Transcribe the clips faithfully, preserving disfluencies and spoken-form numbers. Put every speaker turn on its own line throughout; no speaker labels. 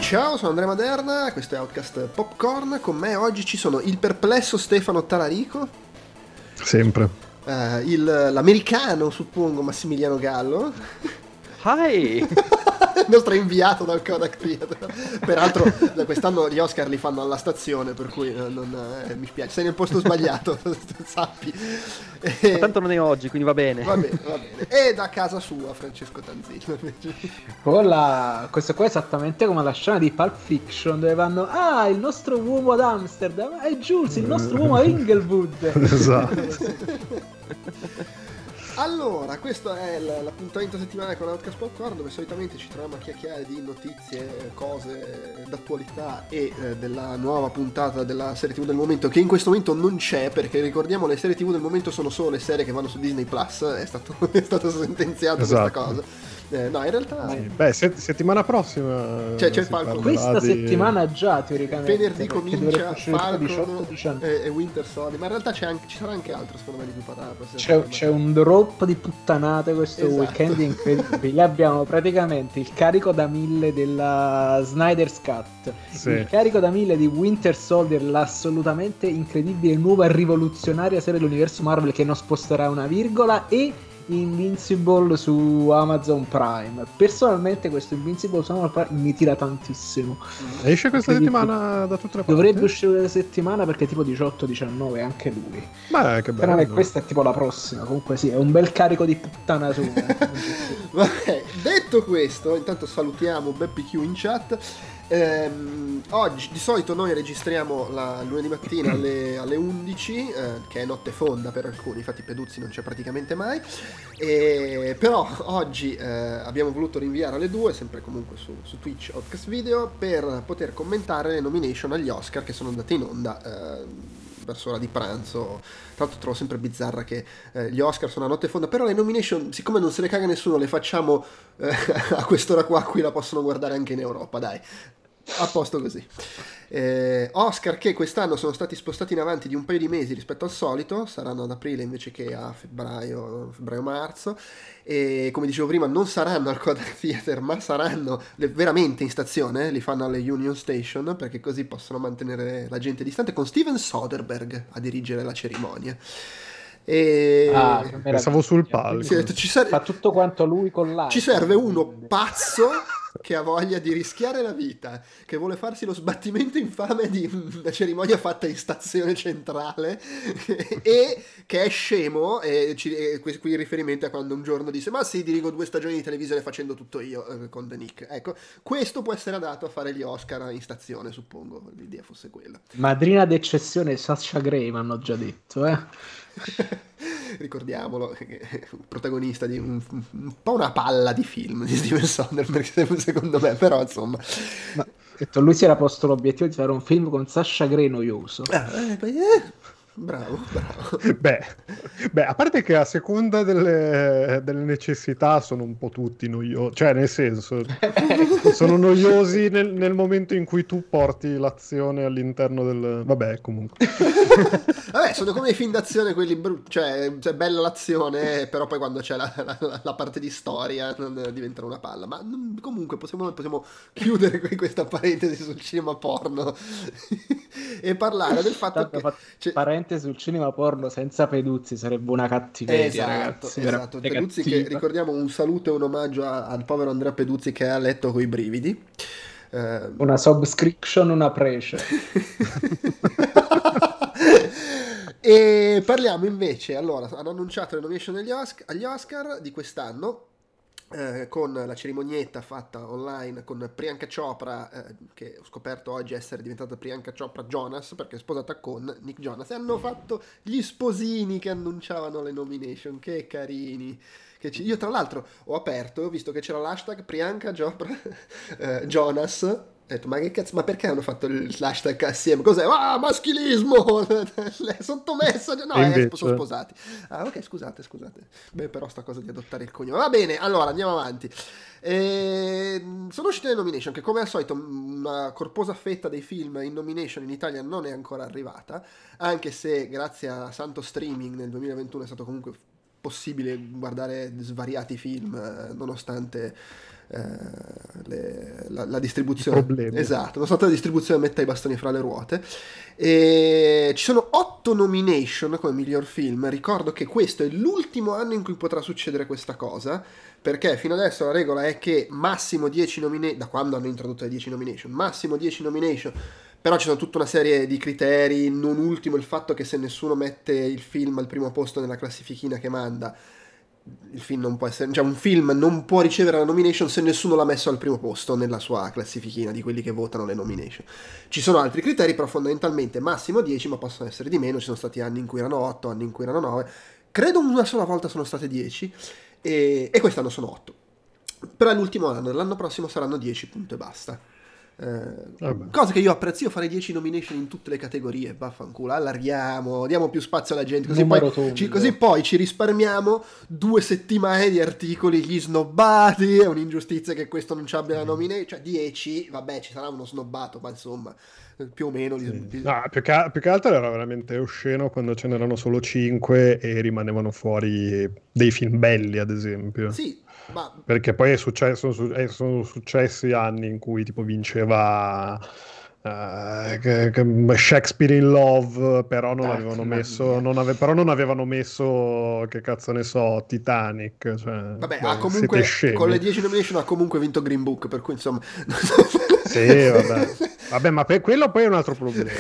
Ciao, sono Andrea Maderna, questo è Outcast Popcorn. Con me oggi ci sono il perplesso Stefano Talarico.
Sempre.
Uh, il, l'americano, suppongo, Massimiliano Gallo.
Hi!
Il nostro inviato dal Kodak Theater. Peraltro quest'anno gli Oscar li fanno alla stazione, per cui non, non, eh, mi spiace, sei nel posto sbagliato, sappi.
Ma tanto non è oggi, quindi va bene.
Va bene, va bene. E da casa sua Francesco Tanzillo.
Quella, questo qua è esattamente come la scena di Pulp Fiction dove vanno: ah, il nostro uomo ad Amsterdam, è Jules, il nostro uomo a Inglewood.
Esatto.
Allora, questo è l'appuntamento settimanale con Outcast Popcorn, dove solitamente ci troviamo a chiacchierare di notizie, cose d'attualità e eh, della nuova puntata della serie tivù del momento, che in questo momento non c'è, perché ricordiamo le serie tivù del momento sono solo le serie che vanno su Disney Plus, è stato, è stato sentenziato
esatto.
questa cosa. Eh, no, in realtà...
Sì, beh, set- settimana prossima...
Cioè, c'è il Falcon.
Questa
di...
settimana già, teoricamente.
Venerdì comincia Falcon
diciotto,
e, e Winter Soldier, ma in realtà c'è anche, ci sarà anche altro, secondo me, di cui parlare.
C'è, c'è un drop di puttanate questo
esatto.
weekend incredibile. Abbiamo praticamente il carico da mille della Snyder's Cut, sì. Il carico da mille di Winter Soldier, l'assolutamente incredibile, nuova e rivoluzionaria serie dell'universo Marvel che non sposterà una virgola, e Invincible su Amazon Prime. Personalmente questo Invincible su Amazon Prime mi tira tantissimo.
Esce questa settimana da tutte le parti?
Dovrebbe uscire questa settimana perché è tipo diciotto diciannove anche lui.
Beh, che bello.
Però questa è tipo la prossima. Comunque sì, è un bel carico di puttana su.
Vabbè, detto questo, intanto salutiamo Beppe Q in chat. Ehm, oggi di solito noi registriamo la lunedì mattina alle, alle undici, eh, che è notte fonda per alcuni, infatti Peduzzi non c'è praticamente mai, e, però oggi eh, abbiamo voluto rinviare alle due, sempre comunque su, su Twitch Outcast Video, per poter commentare le nomination agli Oscar che sono andate in onda eh, verso ora di pranzo. Tra l'altro trovo sempre bizzarra che eh, gli Oscar sono a notte fonda, però le nomination, siccome non se le caga nessuno, le facciamo eh, a quest'ora qua, qui la possono guardare anche in Europa, dai. A posto così. eh, Oscar che quest'anno sono stati spostati in avanti di un paio di mesi rispetto al solito, saranno ad aprile invece che a febbraio febbraio-marzo, e come dicevo prima non saranno al Kodak Theater, ma saranno veramente in stazione, li fanno alle Union Station, perché così possono mantenere la gente distante, con Steven Soderbergh a dirigere la cerimonia. E...
ah,
pensavo sul palco.
Sì, ci serve...
fa tutto quanto lui con l'altro.
Ci serve uno pazzo che ha voglia di rischiare la vita, che vuole farsi lo sbattimento infame di una cerimonia fatta in stazione centrale e che è scemo, e, ci, e qui il riferimento a quando un giorno disse: ma sì, dirigo due stagioni di televisione facendo tutto io, eh, con The Nick. Ecco, questo può essere adatto a fare gli Oscar in stazione, suppongo l'idea fosse quella.
Madrina d'eccezione Sasha Grey, mi hanno già detto, eh.
Ricordiamolo, protagonista di un, un po' una palla di film di Steven Soderbergh, secondo me, però insomma.
Ma detto, lui si era posto l'obiettivo di fare un film con Sasha Grey noioso.
Ah, eh, eh. Bravo, bravo.
Beh, beh, a parte che a seconda delle, delle necessità sono un po' tutti noiosi, cioè nel senso sono noiosi nel, nel momento in cui tu porti l'azione all'interno del... Vabbè, comunque.
Vabbè, sono come i film d'azione quelli brutti, cioè c'è bella l'azione, però poi quando c'è la, la, la parte di storia diventano una palla. Ma comunque possiamo, possiamo chiudere questa parentesi sul cinema porno e parlare del fatto
Tanto
che...
Cioè... parentesi sul cinema porno senza Peduzzi sarebbe una cattiveria,
esatto,
ragazzi.
Esatto, Peduzzi cattiva. Che ricordiamo, un saluto e un omaggio a, al povero Andrea Peduzzi che è a letto coi brividi. Uh...
Una subscription, una prece.
E parliamo invece, allora, hanno annunciato le nomination agli Oscar, agli Oscar di quest'anno, eh, con la cerimonietta fatta online con Priyanka Chopra, eh, che ho scoperto oggi essere diventata Priyanka Chopra Jonas perché è sposata con Nick Jonas, e hanno fatto gli sposini che annunciavano le nomination, che carini. Che ci... Io tra l'altro ho aperto, ho visto che c'era l'hashtag Priyanka Chopra eh, Jonas. Ho detto, ma che cazzo, ma perché hanno fatto l'hashtag assieme? Cos'è? Ah, maschilismo! L'è sottomessa? No, eh, sono sposati. Ah, ok, scusate, scusate. Beh, però sta cosa di adottare il cognome. Va bene, allora, andiamo avanti. E... sono uscite le nomination, che come al solito una corposa fetta dei film in nomination in Italia non è ancora arrivata, anche se grazie a santo streaming nel duemilaventuno è stato comunque possibile guardare svariati film, nonostante... eh, le, la, la distribuzione.
Problemi.
Esatto, nonostante la distribuzione metta i bastoni fra le ruote. E ci sono otto nomination come miglior film. Ricordo che questo è l'ultimo anno in cui potrà succedere questa cosa, perché fino adesso la regola è che massimo dieci nomination, da quando hanno introdotto le dieci nomination, massimo dieci nomination, però ci sono tutta una serie di criteri, non ultimo il fatto che se nessuno mette il film al primo posto nella classifichina che manda, il film non può essere, cioè un film non può ricevere la nomination se nessuno l'ha messo al primo posto nella sua classifichina di quelli che votano le nomination. Ci sono altri criteri, però fondamentalmente massimo dieci, ma possono essere di meno. Ci sono stati anni in cui erano otto, anni in cui erano nove, credo una sola volta sono state dieci, e, e quest'anno sono otto, però è l'ultimo anno, l'anno prossimo saranno dieci, punto e basta. Eh, cosa che io apprezzo, io fare dieci nomination in tutte le categorie, vaffanculo, allarghiamo, diamo più spazio alla gente, così poi ci, così poi ci risparmiamo due settimane di articoli, gli snobbati, è un'ingiustizia che questo non ci abbia la nomination, cioè dieci, vabbè ci sarà uno snobbato, ma insomma più o meno
sì.
li...
No, più, che, più che altro era veramente osceno quando ce n'erano solo cinque e rimanevano fuori dei film belli, ad esempio.
Sì, ma...
perché poi è successo, sono successi anni in cui tipo vinceva uh, che, che Shakespeare in Love, però non
ah,
avevano messo non ave, però non avevano messo, che cazzo ne so, Titanic, cioè,
vabbè,
beh,
ha comunque con le dieci nomination ha comunque vinto Green Book, per cui insomma
sì, vabbè. Vabbè, ma per quello poi è un altro problema.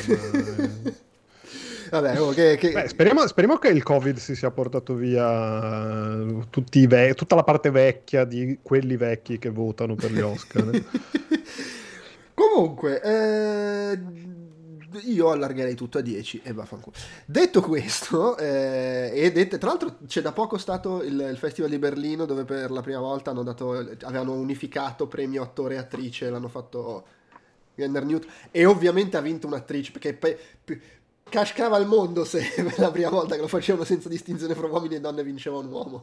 Vabbè, oh, che, che...
Beh, speriamo, speriamo che il Covid si sia portato via tutti i ve- tutta la parte vecchia di quelli vecchi che votano per gli Oscar.
Comunque, eh, io allargherei tutto a dieci e vaffanculo. Detto questo, eh, e dette, tra l'altro c'è da poco stato il, il Festival di Berlino dove per la prima volta hanno dato, avevano unificato premio attore e attrice, l'hanno fatto Gander Newton, e ovviamente ha vinto un'attrice, perché poi cascava il mondo se per la prima volta che lo facevano senza distinzione fra uomini e donne vinceva un uomo.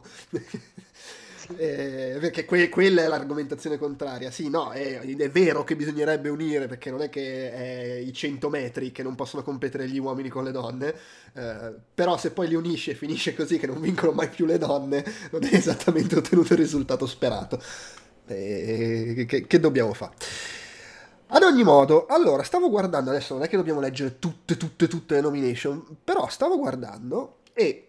Eh, perché que- quella è l'argomentazione contraria. Sì, no, è, è vero che bisognerebbe unire, perché non è che è i cento metri che non possono competere gli uomini con le donne, eh, però se poi li unisce e finisce così che non vincono mai più le donne, non è esattamente ottenuto il risultato sperato. Eh, che, che dobbiamo fare? Ad ogni modo, allora, stavo guardando, adesso non è che dobbiamo leggere tutte, tutte, tutte le nomination, però stavo guardando e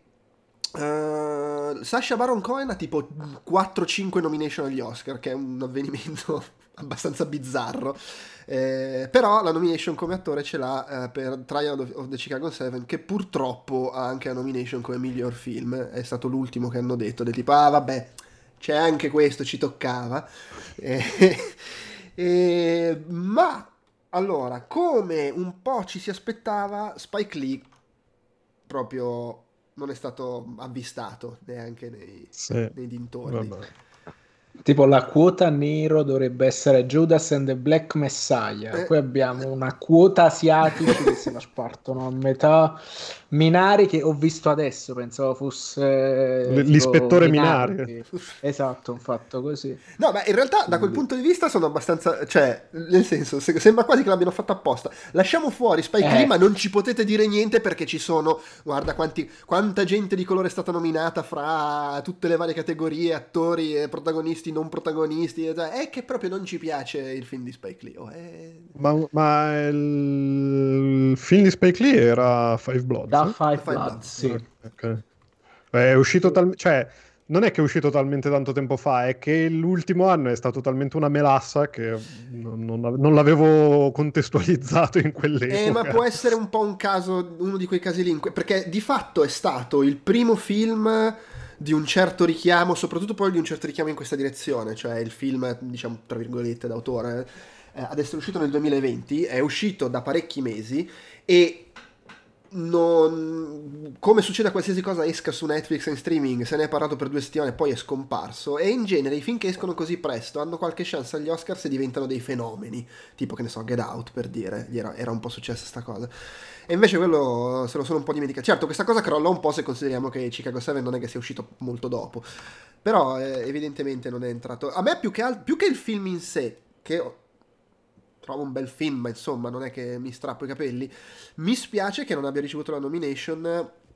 Uh, Sacha Baron Cohen ha tipo quattro cinque nomination agli Oscar, che è un avvenimento abbastanza bizzarro, eh, però la nomination come attore ce l'ha uh, per Trial of, of the Chicago seven, che purtroppo ha anche la nomination come miglior film. È stato l'ultimo che hanno detto, del tipo ah vabbè c'è anche questo, ci toccava, eh, eh, ma allora, come un po' ci si aspettava, Spike Lee proprio non è stato avvistato neanche nei,
sì,
nei dintorni.
vabbè.
Tipo la quota nero dovrebbe essere Judas and the Black Messiah,
Eh.
poi abbiamo una quota asiatici che se la spartono a metà, Minari che ho visto adesso, pensavo fosse
L- l'ispettore Minari,
Minari. Esatto, un fatto così.
No, ma in realtà da quel punto di vista sono abbastanza, cioè, nel senso, se- sembra quasi che l'abbiano fatto apposta. Lasciamo fuori Spike
Eh.
Lee, ma non ci potete dire niente perché ci sono, guarda quanti, quanta gente di colore è stata nominata fra tutte le varie categorie, attori, eh, protagonisti, non protagonisti, eh, è che proprio non ci piace il film di Spike Lee. Oh, è...
ma, ma il film di Spike Lee era Five Bloods?
Da Five,
Five
Bloods,
Bloods,
sì.
Ok. È uscito tal- cioè non è che è uscito talmente tanto tempo fa, è che l'ultimo anno è stato talmente una melassa che non, non, non l'avevo contestualizzato in quell'epoca.
Eh, ma può essere un po' un caso, uno di quei casi lì, in que- perché di fatto è stato il primo film di un certo richiamo, soprattutto poi di un certo richiamo in questa direzione, cioè il film, diciamo, tra virgolette, d'autore, eh, adesso è uscito nel duemilaventi, è uscito da parecchi mesi e non, come succede a qualsiasi cosa esca su Netflix in streaming, se ne è parlato per due settimane e poi è scomparso, e in genere i film che escono così presto hanno qualche chance agli Oscar se diventano dei fenomeni, tipo che ne so, Get Out, per dire, gli era, era un po' successa sta cosa, e invece quello se lo sono un po' dimenticato. Certo, questa cosa crolla un po' se consideriamo che Chicago seven non è che sia uscito molto dopo, però eh, evidentemente non è entrato. A me più che, al- più che il film in sé, che ho- trovo un bel film, ma insomma non è che mi strappo i capelli, mi spiace che non abbia ricevuto la nomination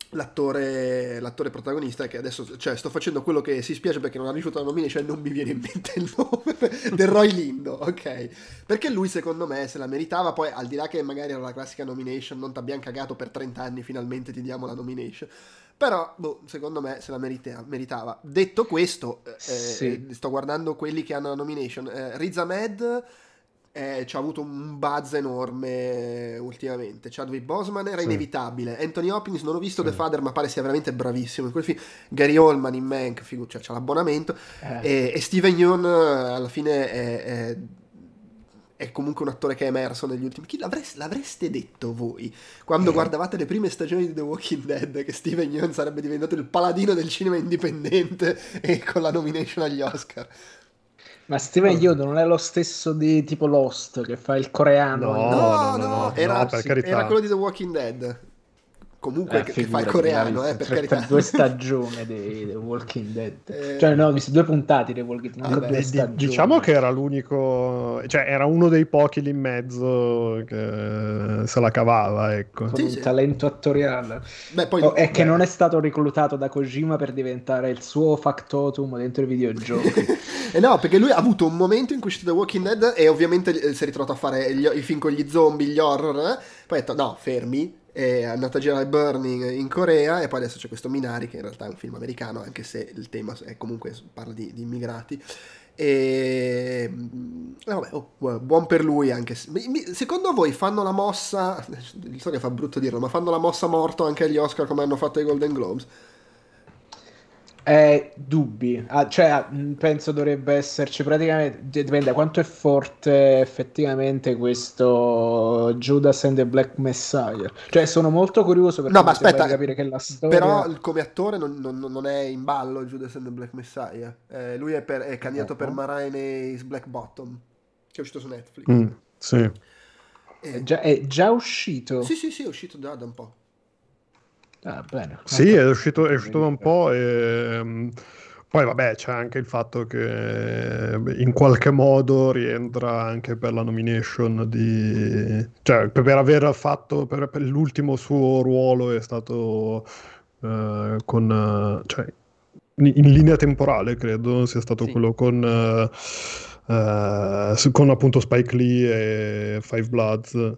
l'attore, l'attore protagonista, che adesso, cioè, sto facendo quello che si spiace perché non ha ricevuto la nomination, non mi viene in mente il nome del Roy Lindo, ok, perché lui secondo me se la meritava. Poi al di là che magari era la classica nomination, non ti abbiamo cagato per trenta anni, finalmente ti diamo la nomination, però boh, secondo me se la merita, meritava. Detto questo, eh,
Sì.
sto guardando quelli che hanno la nomination. eh, Riz Ahmed eh, ci ha avuto un buzz enorme ultimamente. Chadwick Boseman era
Sì.
inevitabile. Anthony Hopkins non ho visto
Sì.
The Father, ma pare sia veramente bravissimo in quel film. Gary Oldman in Mank, figu- cioè c'ha l'abbonamento.
Eh.
E, e Steven Yeun eh, alla fine è, è, è comunque un attore che è emerso negli ultimi. Chi l'avreste, l'avreste detto voi quando guardavate le prime stagioni di The Walking Dead che Steven Yeun sarebbe diventato il paladino del cinema indipendente e con la nomination agli Oscar?
Ma Steven Yeun non è lo stesso di tipo Lost, che fa il coreano?
No,
No,
no,
no,
no,
era,
no, per carità.
era quello di The Walking Dead. Comunque
Eh,
che, che fa il
figurati,
coreano,
l'ha
eh,
visto
per carità.
due stagioni di The Walking Dead.
Eh,
Cioè, no, ho visto due puntate di The Walking Dead, non
Vabbè,
due
Di- di-
stagioni.
diciamo che era l'unico, cioè era uno dei pochi lì in mezzo che se la cavava, ecco.
Con
Sì,
un
sì.
talento attoriale.
Beh, poi
Oh, è che
beh,
non è stato reclutato da Kojima per diventare il suo factotum dentro i videogiochi.
eh no, perché lui ha avuto un momento in cui è uscito The Walking Dead e ovviamente eh, si è ritrovato a fare gli- i film con gli zombie, gli horror, eh. Poi ha detto no, fermi, è andato a girare Burning in Corea e poi adesso c'è questo Minari che in realtà è un film americano, anche se il tema è comunque parla di, di immigrati. E eh, vabbè, oh, buon per lui anche se, mi- mi- secondo voi fanno la mossa, so che fa brutto dirlo, ma fanno la mossa morto anche agli Oscar come hanno fatto ai Golden Globes?
Eh, dubbi, Ah, cioè mh, penso dovrebbe esserci praticamente, dipende da quanto è forte effettivamente questo Judas and the Black Messiah. Cioè sono molto curioso perché
No, ma
mi sembra
aspetta,
di capire che la storia...
però come attore non, non- non è in ballo Judas and the Black Messiah. Eh, lui è, per- è candidato per Ma Rainey's Black Bottom, che è uscito su Netflix.
Mm, sì.
Eh,
È già, è già uscito?
sì, sì, sì, è uscito da, da un po'.
Ah, bene.
Sì, è uscito, è uscito da un po' e mm, poi vabbè c'è anche il fatto che beh, in qualche modo rientra anche per la nomination di... cioè per per aver fatto per, per l'ultimo suo ruolo è stato eh, con... eh, cioè in, in linea temporale credo sia stato
Sì.
quello con... eh, eh, su- con appunto Spike Lee e Five Bloods.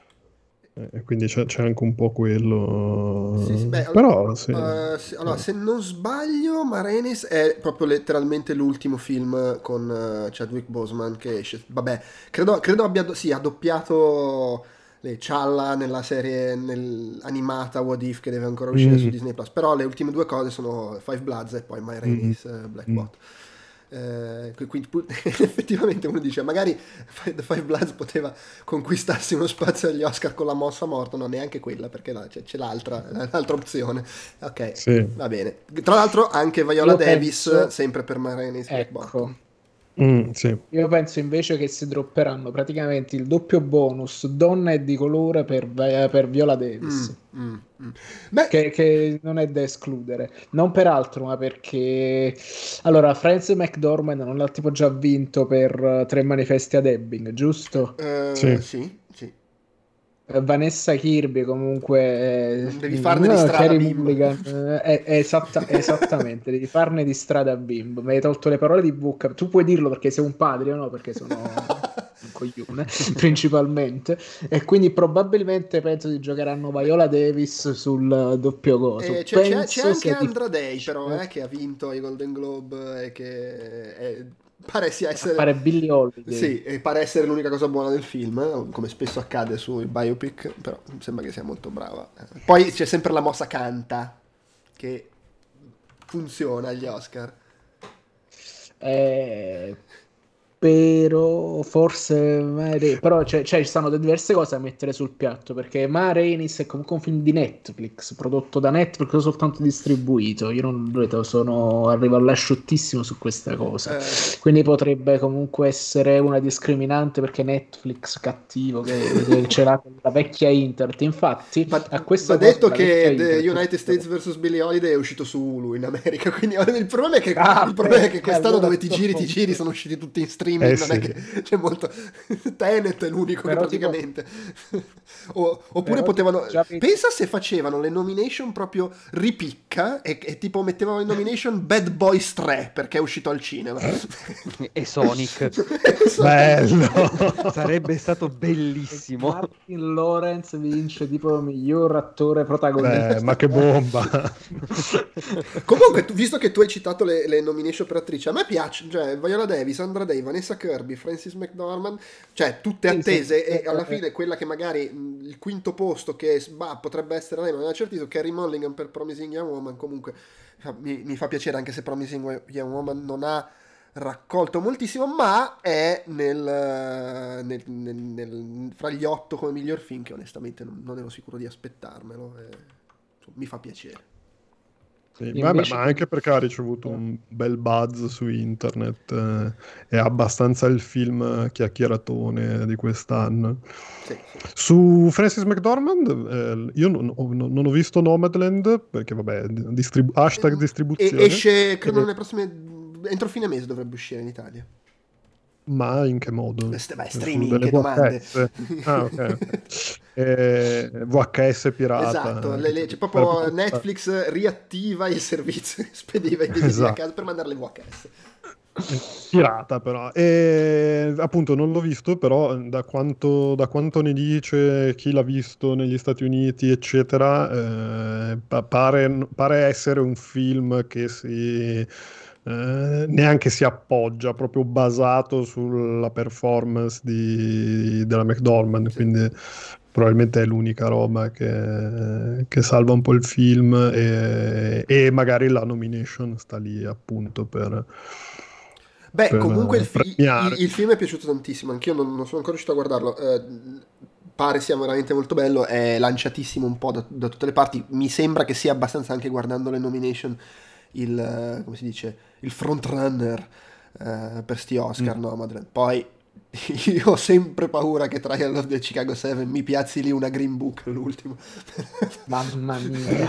E quindi c'è, c'è anche un po' quello.
Sì, sì, beh,
Però sì.
eh, se, allora, se non sbaglio, Ma Rainey's è proprio letteralmente l'ultimo film con eh, Chadwick Boseman che esce. Vabbè, credo, credo abbia do- sì, ha doppiato le Challa nella serie nel- animata What If che deve ancora uscire
Mm.
su Disney Plus. Però le ultime due cose sono Five Bloods e poi My Rainey's eh, Black
Mm.
Bot. Eh, quindi pu- effettivamente uno dice magari The Five Bloods poteva conquistarsi uno spazio agli Oscar con la mossa morto, no, neanche quella perché là c'è, c'è l'altra, l'altra opzione. Ok,
Sì.
va bene. Tra l'altro anche Viola
Io
Davis
penso-
sempre per Ma Rainey's Black
Ecco,
Bottom.
Mm, sì.
io penso invece che si dropperanno praticamente il doppio bonus donna e di colore per, per Viola Davis.
Mm, mm, mm. Beh,
Che, che non è da escludere, non per altro, ma perché allora Frances McDormand non l'ha tipo già vinto per uh, Tre manifesti ad Ebbing, giusto?
eh,
Sì.
sì, sì.
Eh, Vanessa Kirby comunque è-
Devi farne di
no,
strada,
Carey
bimbo.
Mulligan, eh, è, è esatta- esattamente, devi farne di strada bimbo. Mi hai tolto le parole di bocca, tu puoi dirlo perché sei un padre o no? Perché sono un coglione principalmente, e quindi probabilmente penso di giocheranno Viola Davis sul doppio coso.
Eh, c'è, c'è-
Penso
c'è anche
sia di-
Andra Day però eh, che ha vinto i Golden Globe e che è- pare sia essere
fare Billie Holiday.
sì, e pare essere l'unica cosa buona del film, eh, come spesso accade sui biopic, però mi sembra che sia molto brava. Eh, Poi c'è sempre la mossa canta, che funziona agli Oscar.
Eh, però forse Ma Ra- però c'è- c'è- ci stanno diverse cose da mettere sul piatto, perché Ma Rainey's è comunque un film di Netflix, prodotto da Netflix, non soltanto distribuito. Io non ripeto, sono arrivo all'asciuttissimo su questa cosa,
Eh,
quindi potrebbe comunque essere una discriminante perché Netflix cattivo che, che ce l'ha con la vecchia internet. Infatti
va,
a questo
va detto
proposito, la
che
vecchia
The
internet-
United States versus Billie Holiday è uscito su Hulu in America, quindi il problema è che,
Ah,
il problema è che
beh,
quest'anno
allora
dove ti
sto
giri ti
appunto.
giri sono usciti tutti in streaming streaming
eh,
non
sì.
è che c'è molto. Tenet è l'unico
Però
che praticamente. o, oppure
Però
potevano.
già vedi-
Pensa se facevano le nomination proprio ripicca e, e tipo mettevano in nomination Bad Boys tre perché è uscito al cinema.
E Sonic.
Bello.
Sarebbe stato bellissimo.
Martin Lawrence vince tipo miglior attore protagonista.
Beh, ma che bomba.
Comunque, tu- visto che tu hai citato le, le nomination per attrice, a me piace, cioè Viola Davis, Sandra Day, Vanessa Kirby, Frances McDormand, cioè tutte
Sì,
attese
sì,
e
sì,
alla
sì.
fine quella che magari mh, il quinto posto che bah, potrebbe essere lei, non era certito, Carey Mulligan per Promising Young Woman, comunque fa- mi, mi fa piacere anche se Promising Young Woman non ha raccolto moltissimo, ma è nel, nel- nel- nel- fra gli otto come miglior film che onestamente non, non ero sicuro di aspettarmelo e, insomma, mi fa piacere.
Sì,
Invece
vabbè, ma
di-
anche perché ha ricevuto un bel buzz su internet, eh, è abbastanza il film chiacchieratone di quest'anno.
Sì, sì.
Su Frances McDormand, eh, io non ho, non ho visto Nomadland perché, vabbè, distribu- hashtag
E
distribuzione.
esce, credo
Eh,
nelle prossime. Entro fine mese dovrebbe uscire in Italia.
Ma in che modo?
Eh, st- beh,
Su
streaming,
delle
che domande.
V H S? Ah, ok, ok. Eh, V H S pirata.
Esatto, le- le- c'è
Sarebbe
proprio
tutta-
Netflix riattiva il servizio, spediva i D V D a
Esatto.
casa per mandarle V H S.
Pirata però, e appunto non l'ho visto, però da quanto, da quanto ne dice chi l'ha visto negli Stati Uniti eccetera, eh, pa- pare, pare essere un film che si eh, neanche si appoggia, proprio basato sulla performance di, della McDormand,
Sì.
quindi probabilmente è l'unica roba che, che salva un po' il film, e, e magari la nomination sta lì appunto per
Beh,
per,
comunque il,
eh,
fi-
premiare.
il- il film è piaciuto tantissimo, anch'io non, non sono ancora riuscito a guardarlo. Eh, pare sia veramente molto bello, è lanciatissimo un po' da, da tutte le parti. Mi sembra che sia abbastanza, anche guardando le nomination, il, eh, come si dice, il frontrunner eh, per sti Oscar,
Mm.
Nomadland. Poi io ho sempre paura che Trial of the Chicago sette mi piazzi lì una Green Book l'ultimo.
Mamma mia.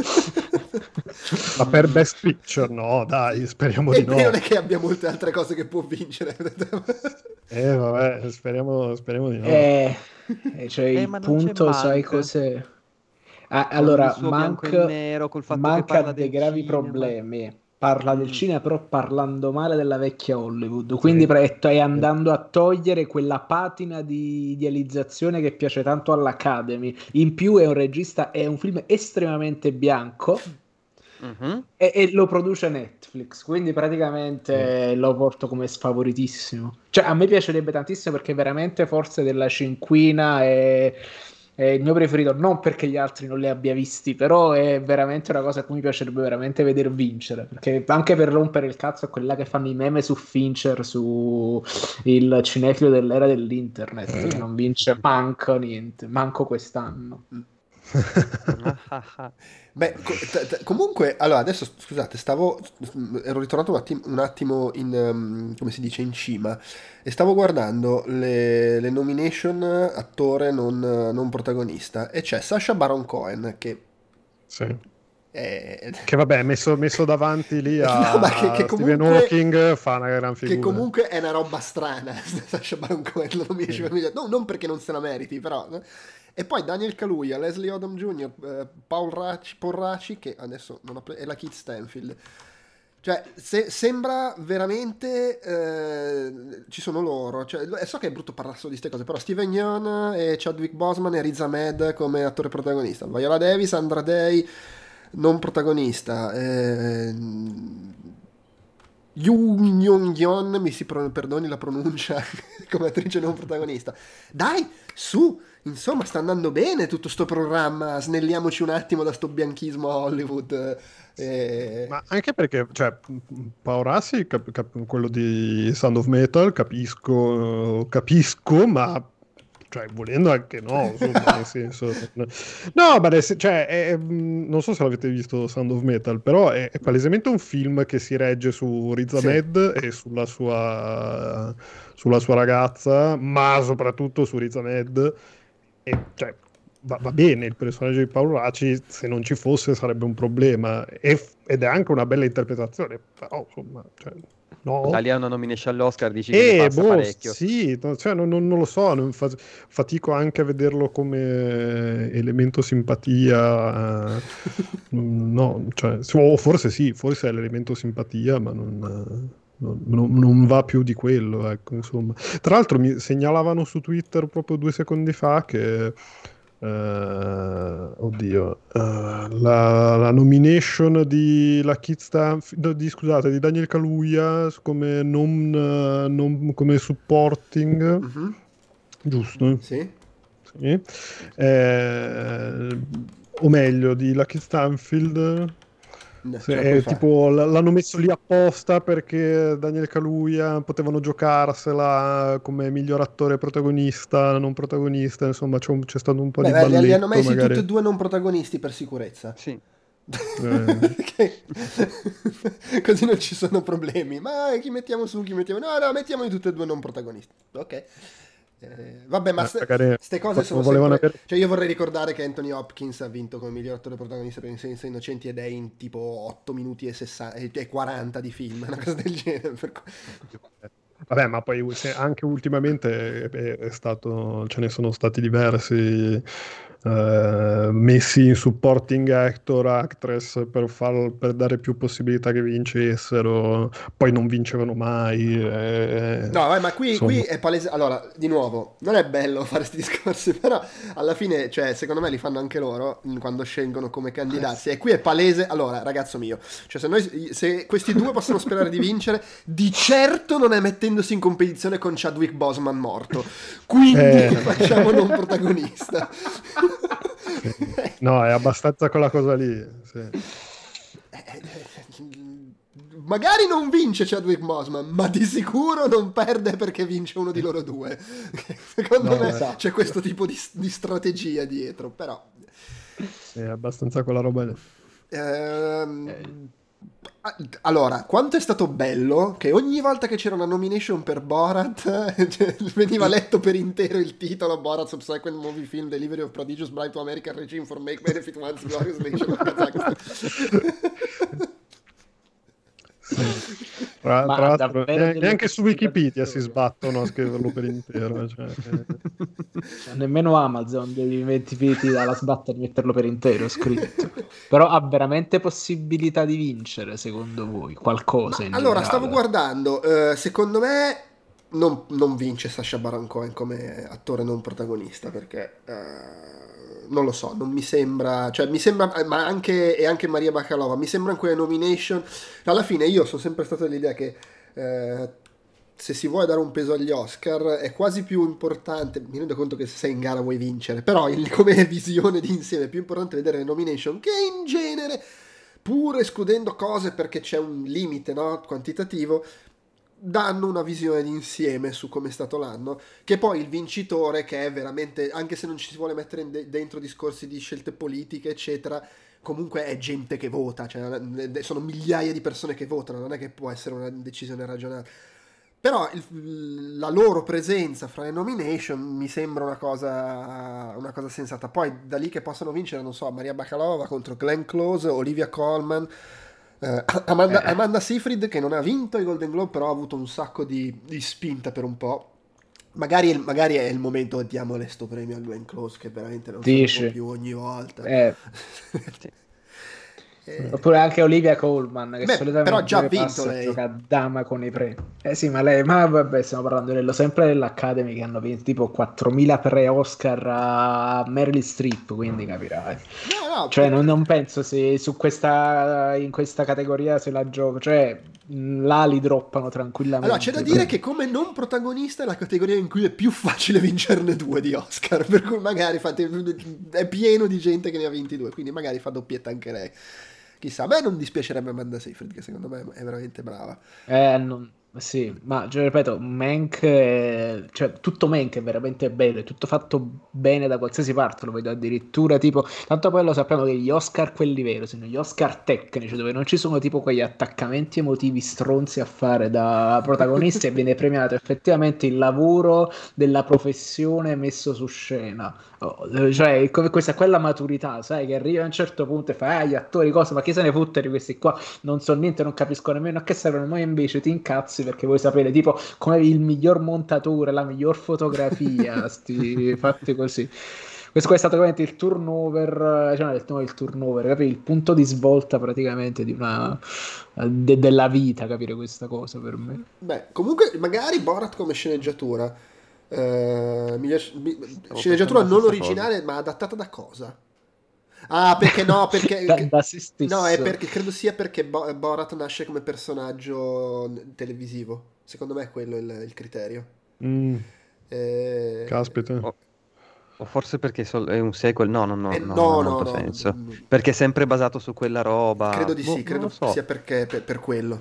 Ma per Best Picture no, dai, speriamo
E
di no.
poi non è che abbia molte altre cose che può vincere.
Eh vabbè, speriamo, speriamo di no.
Eh, eh, cioè
Eh,
il
ma non c'è
punto, sai
Mank.
cos'è? Ah,
Con
allora,
il suo bianco
Mank,
e nero, col fatto che
Mank
parla
ha dei
del
gravi
cinema.
problemi. Parla del
Mm.
cinema, però parlando male della vecchia Hollywood. Quindi
Sì.
pre- stai andando a togliere quella patina di idealizzazione che piace tanto all'Academy. In più è un regista, è un film estremamente bianco.
Mhm.
E, e lo produce Netflix, quindi praticamente lo porto come sfavoritissimo. Cioè, a me piacerebbe tantissimo perché veramente forse della cinquina è, è il mio preferito, non perché gli altri non li abbia visti, però è veramente una cosa che mi piacerebbe veramente vedere vincere, perché anche per rompere il cazzo a quella che fanno i meme su Fincher, su il cinefilo dell'era dell'internet, che non vince manco niente, manco quest'anno.
Ah, ah, ah.
Beh, co- t- t- comunque, allora adesso scusate, stavo, ero ritornato un attimo, un attimo in, um, come si dice, in cima e stavo guardando le, le nomination attore non, non protagonista e c'è Sacha Baron Cohen che
Sì.
è...
Che vabbè, messo, messo davanti lì a
No, ma che- che
Stephen
comunque-
Hawking fa una gran figura.
che comunque è una roba strana. Sacha Baron Cohen la nomination, no, non perché non se la meriti, però. E poi Daniel Kaluuya, Leslie Odom Junior, eh, Paul Raci, Paul Raci, che adesso non ho pre- e la Keith Stanfield. Cioè, se- sembra veramente eh, ci sono loro. Cioè, eh, so che è brutto parlare solo di queste cose, però Steven Yeun e Chadwick Boseman e Riz Ahmed come attore protagonista, Viola Davis, Sandra Day non protagonista, eh, Yoon Young-yeon, mi si pro- perdoni la pronuncia, come attrice non protagonista. Dai, su, insomma, sta andando bene tutto sto programma, snelliamoci un attimo da sto bianchismo a Hollywood. Eh,
Ma anche perché, cioè, Paurassi, cap- cap- quello di Sound of Metal, capisco, capisco, ma cioè, volendo anche no, insomma, nel senso... No, ma nel sen- cioè, è- mh, non so se l'avete visto Sound of Metal, però è, è palesemente un film che si regge su Riz
Sì.
Ahmed e sulla sua, sulla sua ragazza, ma soprattutto su Riz Ahmed. E, cioè, va, va bene, il personaggio di Paolo Raci, se non ci fosse sarebbe un problema, e- ed è anche una bella interpretazione, però insomma... Cioè, No.
Italiano nomination all'Oscar, dici che
Eh,
ne passa
boh,
parecchio.
sì, no, cioè, non, non- non lo so, non fa- fatico anche a vederlo come elemento simpatia. eh, no, cioè, sì, o forse sì, forse è l'elemento simpatia, ma non, non- non- non va più di quello, ecco, insomma. Tra l'altro mi segnalavano su Twitter proprio due secondi fa che eh, oddio, eh, la, la nomination di la Kid Stanfield, no, di, scusate, di Daniel Kaluuya come non, eh, non- come supporting,
Mhm.
giusto?
Sì.
Sì. Eh, o meglio, di Lucky Stanfield.
No,
Se
ce la puoi
è
fare.
tipo l- l'hanno messo lì apposta perché Daniel Kaluuya potevano giocarsela come miglior attore protagonista, non protagonista, insomma c'è, un- c'è stato un po'
Beh,
di
beh, li, li hanno
balletto
messi
magari.
tutti e due non protagonisti per sicurezza.
Sì.
Eh,
Che- Così non ci sono problemi. Ma chi mettiamo su, chi mettiamo... No, no, mettiamoli tutti e due non protagonisti. Ok. Eh, vabbè, ma
eh,
ste,
magari
ste cose sono
volevano
sempre...
avere-
Cioè io vorrei ricordare che Anthony Hopkins ha vinto come miglior attore protagonista per Insenza Innocenti ed è in tipo otto minuti e, sessanta, e quaranta di film, una cosa del genere. Per cui...
Vabbè, ma poi se- anche ultimamente è, è stato, ce ne sono stati diversi eh, messi in supporting actor, actress per, far, per dare più possibilità che vincessero, poi non vincevano mai. eh,
No, vai, ma qui,
insomma.
qui è palese. Allora, di nuovo, non è bello fare questi discorsi, però alla fine, cioè, secondo me li fanno anche loro mm, quando scelgono come candidarsi. E qui è palese. Allora, ragazzo mio, cioè, se, noi, se questi due possono sperare di vincere, di certo non è mettendosi in competizione con Chadwick Boseman morto. Quindi
Eh.
facciamo non protagonista.
No, è abbastanza quella cosa lì. Sì.
Magari non vince Chadwick Boseman, ma di sicuro non perde perché vince uno di loro due. Secondo
No,
me
esatto.
c'è questo tipo di, di strategia dietro, però.
È abbastanza quella roba lì.
Ehm, allora, quanto è stato bello che ogni volta che c'era una nomination per Borat cioè, veniva letto per intero il titolo Borat Subsequent Movie Film Delivery of Prodigious Bride to American Regime for Make Benefit Once Glorious Nation of Kazakhstan.
Tra,
Ma
tra l'altro,
davvero
neanche,
delle
neanche su Wikipedia si
possibilità.
sbattono a scriverlo per intero. Cioè,
Cioè, nemmeno Amazon devi metterti dalla sbattere e metterlo per intero scritto. Però ha veramente possibilità di vincere, secondo voi? Qualcosa
Ma
in
allora,
generale?
stavo guardando, eh, secondo me non, non vince Sacha Baron Cohen come attore non protagonista perché eh, non lo so, non mi sembra, cioè mi sembra, ma anche, e anche Maria Bakalova, mi sembrano quelle nomination, alla fine io sono sempre stato dell'idea che eh, se si vuole dare un peso agli Oscar è quasi più importante, mi rendo conto che se sei in gara vuoi vincere, però il, come visione di insieme è più importante vedere le nomination che in genere, pur escludendo cose perché c'è un limite, no, quantitativo, danno una visione d'insieme su come è stato l'anno, che poi il vincitore, che è veramente, anche se non ci si vuole mettere in de- dentro discorsi di scelte politiche eccetera, comunque è gente che vota, cioè sono migliaia di persone che votano, non è che può essere una decisione ragionata. Però il, la loro presenza fra le nomination mi sembra una cosa, una cosa sensata. Poi da lì che possano vincere, non so, Maria Bakalova contro Glenn Close, Olivia Colman, eh, Amanda,
Eh.
Amanda Seyfried che non ha vinto i Golden Globe, però ha avuto un sacco di, di spinta per un po'. Magari, magari è il momento che diamo sto premio a Glenn Close, che veramente non
Dici?
si può più ogni volta.
Eh,
Eh,
oppure anche Olivia Colman, che
Beh,
solitamente
però già ha vinto
passa,
lei.
gioca a dama con i premi. Eh sì, ma lei, ma vabbè, stiamo parlando dello, sempre dell'Academy che hanno vinto tipo quattromila pre-Oscar a Meryl Streep, quindi capirai.
no, no,
Cioè,
per-
non, non penso se su questa, in questa categoria se la gioco, cioè mh, là li droppano tranquillamente.
Allora, c'è da dire che come non protagonista è la categoria in cui è più facile vincerne due di Oscar, per cui magari fate, è pieno di gente che ne ha vinti due, quindi magari fa doppietta anche lei. Chissà, a me non dispiacerebbe Amanda Seyfried, che secondo me è veramente brava.
Eh, non, Sì, ma cioè, ripeto, Mank è... cioè tutto Mank è veramente bello, è tutto fatto bene da qualsiasi parte, lo vedo addirittura tipo, tanto poi lo sappiamo che gli Oscar quelli veri sono gli Oscar tecnici, dove non ci sono tipo quegli attaccamenti emotivi stronzi a fare da protagonisti e viene premiato effettivamente il lavoro della professione messo su scena. Oh, cioè come questa quella maturità, sai, che arriva a un certo punto e fa ah, gli attori cosa, ma chi se ne fotte di questi qua, non so niente, non capisco nemmeno a che servono, ma invece ti incazzi perché vuoi sapere tipo come il miglior montatore, la miglior fotografia, sti fatti così. Questo qua è stato veramente il turnover, cioè non il, il turnover, capire? Il punto di svolta praticamente di una de, della vita, capire questa cosa per me.
Beh, comunque magari Borat come sceneggiatura. Uh, miglior, mi, sceneggiatura non originale, ma adattata da cosa? Ah, perché no? Perché
da, da se
no, è perché credo sia perché Bo- Borat nasce come personaggio televisivo. Secondo me è quello il, il criterio.
Mm.
Eh...
Caspita.
O, o forse perché sol- è un sequel? No, no, no,
eh,
no,
no,
non ha
no,
molto
no,
senso.
no, no.
Perché è sempre basato su quella roba.
Credo di
Boh,
sì, credo
non lo so.
sia perché per, per quello.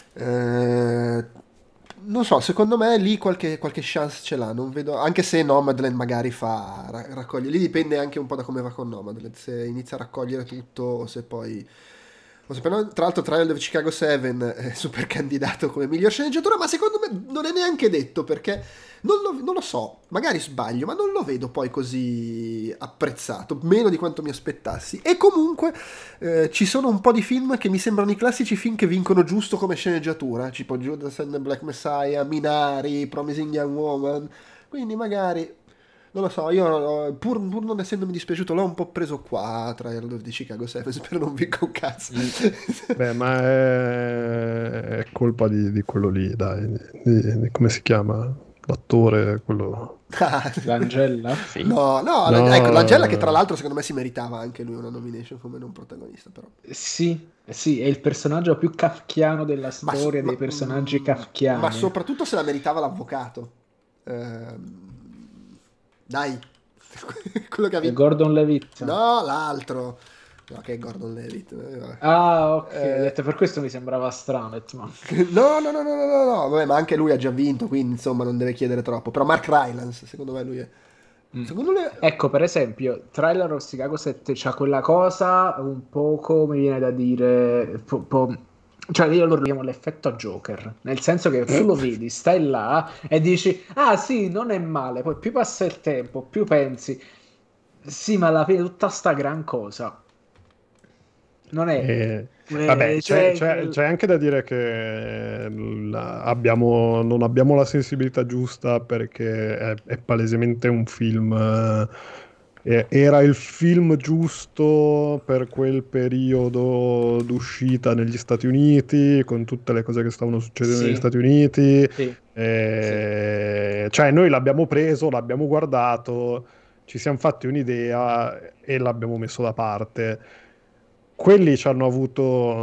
Eh... Non so, secondo me lì qualche, qualche chance ce l'ha, non vedo, anche se Nomadland magari fa raccoglie, lì dipende anche un po' da come va con Nomadland, se inizia a raccogliere tutto o se poi o se però, tra l'altro Trial of Chicago sette è super candidato come miglior sceneggiatura, ma secondo me non è neanche detto perché non lo, non lo so, magari sbaglio, ma non lo vedo poi così apprezzato, meno di quanto mi aspettassi. E comunque eh, ci sono un po' di film che mi sembrano i classici film che vincono giusto come sceneggiatura, tipo Judas and the Black Messiah, Minari, Promising Young Woman, quindi magari... Non lo so, io pur, pur non essendomi dispiaciuto l'ho un po' preso qua tra il di Chicago sette, spero non vinca un cazzo.
Beh, ma è, è colpa di, di quello lì, dai, di, di, come si chiama? L'attore, quello...
L'Angella?
Sì.
No, no,
No.
ecco, l'Angela che tra l'altro secondo me si meritava anche lui una nomination come non protagonista, però.
Sì, sì, è il personaggio più kafkiano della
Ma so-
storia
ma-
dei personaggi
mm,
kafkiani.
Ma soprattutto se la meritava l'avvocato. Ehm, dai, quello che ha
È
vinto.
Gordon Levitt.
No, l'altro. No, che è Gordon Levitt. eh, vabbè.
Ah, ok,
Eh.
ho detto, per questo mi sembrava strano. ho detto, ma-
No, no, no, no, no, no, no, vabbè, ma anche lui ha già vinto, quindi insomma non deve chiedere troppo. Però Mark Rylance, secondo me lui è...
Mm.
Secondo me...
Ecco, per esempio, Trailer of Chicago sette c'ha quella cosa un poco, mi viene da dire, po- po- cioè io lo chiamo l'effetto Joker, nel senso che tu lo vedi, stai là e dici, ah sì, non è male, poi più passa il tempo, più pensi, sì, ma alla fine tutta sta gran cosa non è...
Eh,
eh,
vabbè,
cioè,
c'è, c'è- c'è anche da dire che la- abbiamo, non abbiamo la sensibilità giusta perché è, è palesemente un film. eh, era il film giusto per quel periodo d'uscita negli Stati Uniti, con tutte le cose che stavano succedendo
Sì.
negli Stati Uniti.
sì.
Eh, Cioè, noi l'abbiamo preso, l'abbiamo guardato, ci siamo fatti un'idea e l'abbiamo messo da parte. Quelli ci hanno avuto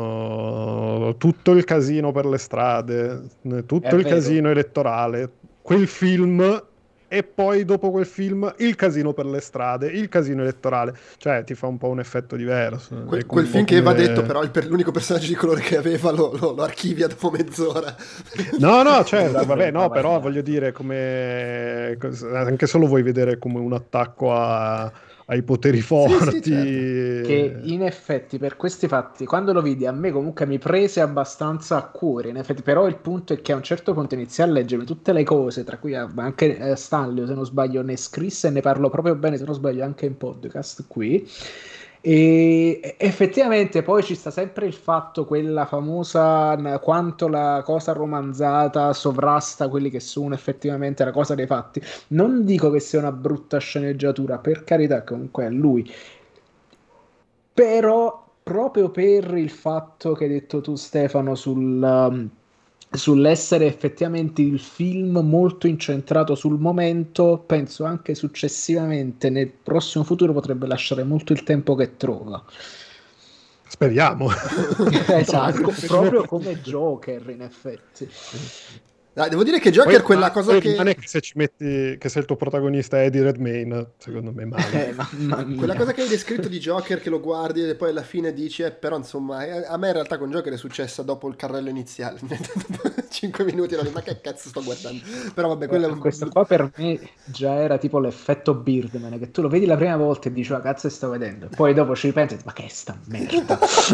uh, tutto il casino per le strade, eh, tutto
È
il
vero.
casino elettorale, quel film e poi dopo quel film il casino per le strade, il casino elettorale, cioè ti fa un po' un effetto diverso.
Quel,
È
quel
un
film
po'
che va
come-
detto, però il per- l'unico personaggio di colore che aveva lo, lo- lo archivia dopo mezz'ora.
No, no, certo,
Vabbè,
vabbè, no,
vabbè,
però
vabbè.
voglio dire, come anche se lo vuoi vedere come un attacco a- ai poteri forti.
Che in effetti per questi fatti quando lo vidi a me comunque mi prese abbastanza a cuore in effetti, però il punto è che a un certo punto iniziai a leggere tutte le cose, tra cui anche eh, Stanley se non sbaglio ne scrisse e ne parlo proprio bene se non sbaglio anche in podcast qui, e effettivamente poi ci sta sempre il fatto, quella famosa n- quanto la cosa romanzata sovrasta quelli che sono effettivamente la cosa dei fatti. Non dico che sia una brutta sceneggiatura, per carità, comunque è lui, però proprio per il fatto che hai detto tu Stefano sul, um, sull'essere effettivamente il film molto incentrato sul momento, penso anche successivamente nel prossimo futuro potrebbe lasciare molto il tempo che trova.
Speriamo.
Esatto,
No,
proprio come Joker in effetti.
Ah, devo dire che Joker
poi,
quella cosa
poi
che...
non è che se ci metti che se il tuo protagonista è Eddie Redmayne, secondo me male.
Eh, mamma mia.
Quella cosa che hai descritto di Joker, che lo guardi e poi alla fine dici, eh, però insomma, eh, a me in realtà con Joker è successa dopo il carrello iniziale. cinque minuti, ero lì, ma che cazzo sto guardando? Però vabbè, quello è un...
Questo qua per me già era tipo l'effetto Birdman, che tu lo vedi la prima volta e dici, ma cazzo sto vedendo? E poi dopo ci pensi, ma che è sta merda?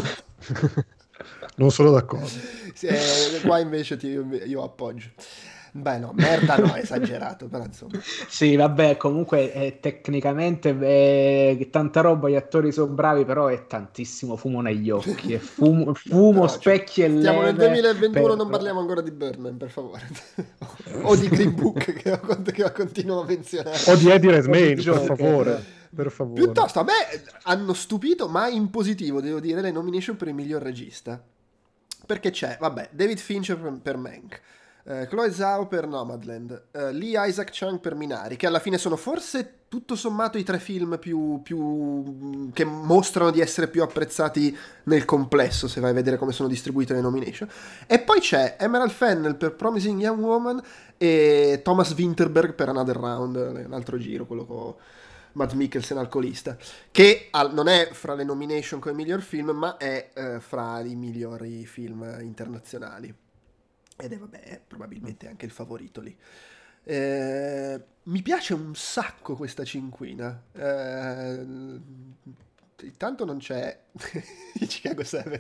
Non sono d'accordo.
Sì, eh, qua invece ti, io appoggio. Beh no, merda no, è esagerato, però insomma.
Sì, vabbè, comunque eh, tecnicamente eh, tanta roba, gli attori sono bravi, però è tantissimo fumo negli occhi, è fumo, fumo
Però,
specchi e
stiamo nel
leve
duemilaventuno,
per-
non parliamo ancora di Birdman, per favore. O di Green Book, che, che continuo a menzionare.
O di Eddie Redmayne, per
Joker.
favore. Per favore.
Piuttosto a me hanno stupito, ma in positivo, devo dire, le nomination per il miglior regista. Perché c'è, vabbè, David Fincher per, per Mank, eh, Chloe Zhao per Nomadland, eh, Lee Isaac Chung per Minari, che alla fine sono forse tutto sommato i tre film più, più che mostrano di essere più apprezzati nel complesso, se vai a vedere come sono distribuite le nomination. E poi c'è Emerald Fennell per Promising Young Woman e Thomas Winterberg per Another Round, un altro giro, quello con Mads Mikkelsen alcolista, che al, non è fra le nomination come miglior film, ma è eh, fra i migliori film internazionali. Ed è, vabbè, è probabilmente anche il favorito lì. Eh, mi piace un sacco questa cinquina. Eh, intanto non c'è i Chicago Seven.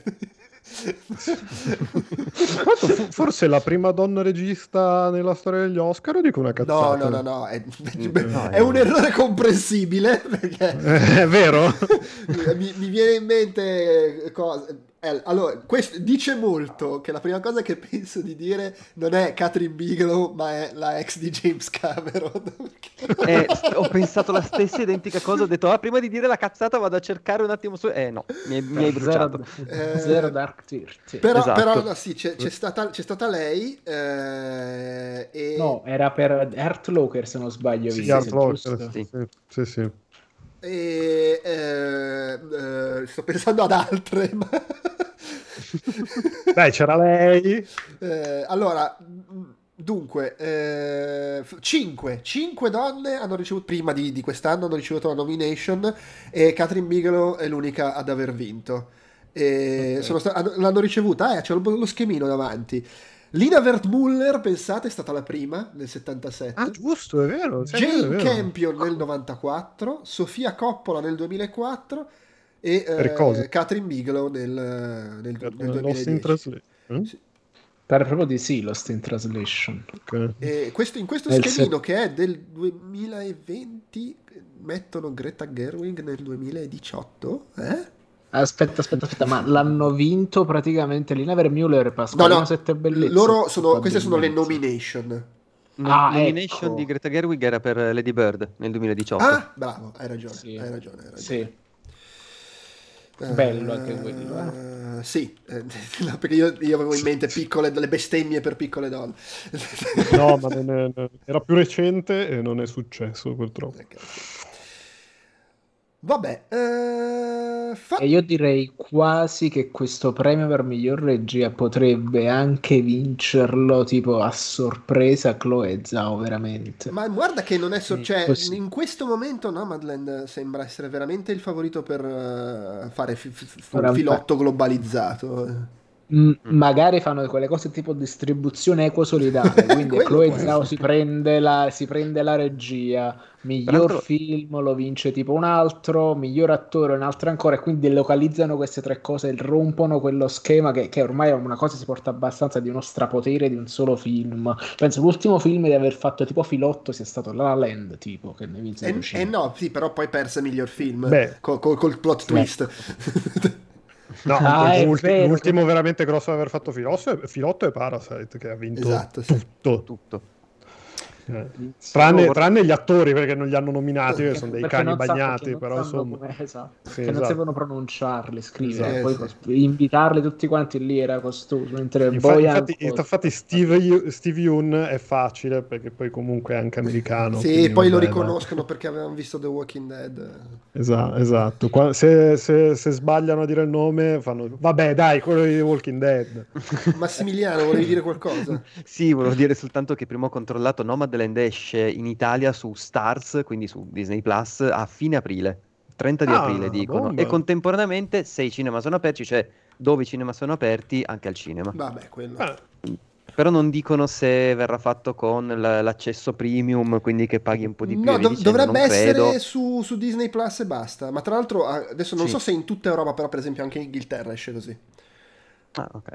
Forse la prima donna regista nella storia degli Oscar, o dico una
No,
cazzata?
no, no, no, è,
No,
è un errore comprensibile, perché
Eh, è vero?
mi, mi viene in mente cosa. eh, Allora, questo dice molto che la prima cosa che penso di dire non è Catherine Bigelow, ma è la ex di James Cameron.
Eh, ho pensato la stessa identica cosa, ho detto, ah, prima di dire la cazzata vado a cercare un attimo su... Eh no, mi, hai- mi hai bruciato.
Zero,
Eh,
zero Dark Thirty.
Però,
Esatto.
però no, sì, c'è, c'è stata, c'è stata lei eh, e...
No, era per Earth Locker se non sbaglio.
Sì,
Sì,
Vince,
Art Locker,
giusto?
sì, sì, sì, sì.
e eh, eh, sto pensando ad altre, ma...
Dai, c'era lei.
Eh, allora, dunque, eh, cinque, cinque donne hanno ricevuto, prima di, di quest'anno, hanno ricevuto la nomination e Catherine Bigelow è l'unica ad aver vinto. E
Ok.
sono sta- hanno- l'hanno ricevuta, eh, c'è lo, lo schemino davanti. Lina Wertmuller, pensate, è stata la prima nel settantasette.
Ah, giusto, è vero. sì, è
Jane
vero, è vero.
Campion nel novantaquattro, Sofia Coppola nel duemilaquattro e
Per cosa?
eh, Catherine Bigelow nel, nel,
Per
nel
Lost in
duemiladieci.
Translation. Mm?
Sì.
Pare proprio di sì, Lost in Translation.
Ok.
E questo, in questo
Nel
schemino che è del duemilaventi mettono Greta Gerwig nel duemiladiciotto, eh?
Aspetta, aspetta, aspetta, ma l'hanno vinto praticamente Lina Wertmuller per
No,
Pasqualino
no,
Sette Bellezze.
loro sono, queste sono le
probabilmente.
nomination.
No-
Ah,
nomination
ecco.
di Greta Gerwig era per Lady Bird nel duemiladiciotto.
Ah, bravo, hai ragione,
Sì.
hai ragione, hai ragione.
Sì.
Eh,
Bello anche quello, eh.
Sì, eh, no, perché io, io avevo in mente piccole, delle bestemmie per piccole donne.
No, ma non è- non- era più recente e non è successo, purtroppo.
Ok, ok. Vabbè, eh, fa-
E io direi quasi che questo premio per miglior regia potrebbe anche vincerlo tipo a sorpresa Chloe Zhao, veramente.
ma guarda che non è so-
Sì,
cioè,
così.
in questo momento Nomadland sembra essere veramente il favorito per eh, fare fi- fi- fi-
Ora,
un filotto globalizzato.
M- magari fanno quelle cose tipo distribuzione equosolidale, quindi
Quello
Chloe
può
Zhao
essere.
si prende, la, si prende la regia, miglior
Peraltro-
film lo vince tipo un altro, miglior attore un altro ancora, e quindi localizzano queste tre cose e rompono quello schema che, che ormai è una cosa che si porta abbastanza di uno strapotere di un solo film. Penso l'ultimo film di aver fatto tipo filotto sia stato La La Land, tipo, che ne vinse
E,
zero
e
cinque.
no, sì, però poi perse miglior film
Beh.
co- co- col plot
Beh.
twist.
No,
Ah, è
l'ulti-
vero.
l'ultimo veramente grosso ad aver fatto filotto è, filotto è Parasite, che ha vinto
Esatto, sì.
tutto.
Tutto.
Eh. Tranne, tranne gli attori, perché non li hanno nominati, perché sono dei
perché
cani
non sa-
bagnati,
perché
però
non sanno
insomma...
come- esatto,
Sì,
che non
esatto.
sapevano pronunciarli, scrivere,
Sì,
poi
sì.
cos- invitarli tutti quanti lì era costoso, mentre
Infa-
Boyan
infatti,
costa-
infatti Steve, Yeun- Steve Yeun è facile, perché poi comunque è anche americano.
Sì,
quindi
poi lo
vabbè,
riconoscono perché avevano visto The Walking Dead.
dai. Esa- esatto. Qua- se, se- se sbagliano a dire il nome, fanno... Vabbè, dai, quello di The Walking Dead.
Massimiliano, volevi dire qualcosa?
Sì, volevo dire soltanto che prima ho controllato, Nomadland esce in Italia su Stars, quindi su Disney Plus, a fine aprile, trenta di
Ah,
aprile dicono,
bomba.
e contemporaneamente se i cinema sono aperti, cioè dove i cinema sono aperti, anche al cinema.
Vabbè, quello.
Ah,
Però non dicono se verrà fatto con l- l'accesso premium, quindi che paghi un po' di più.
No,
e via
dov-
dicendo,
dovrebbe
non credo.
essere su, su Disney Plus e basta. Ma tra l'altro, ah, adesso non
Sì.
so se in tutta Europa, però per esempio anche in Inghilterra esce così.
Ah, ok.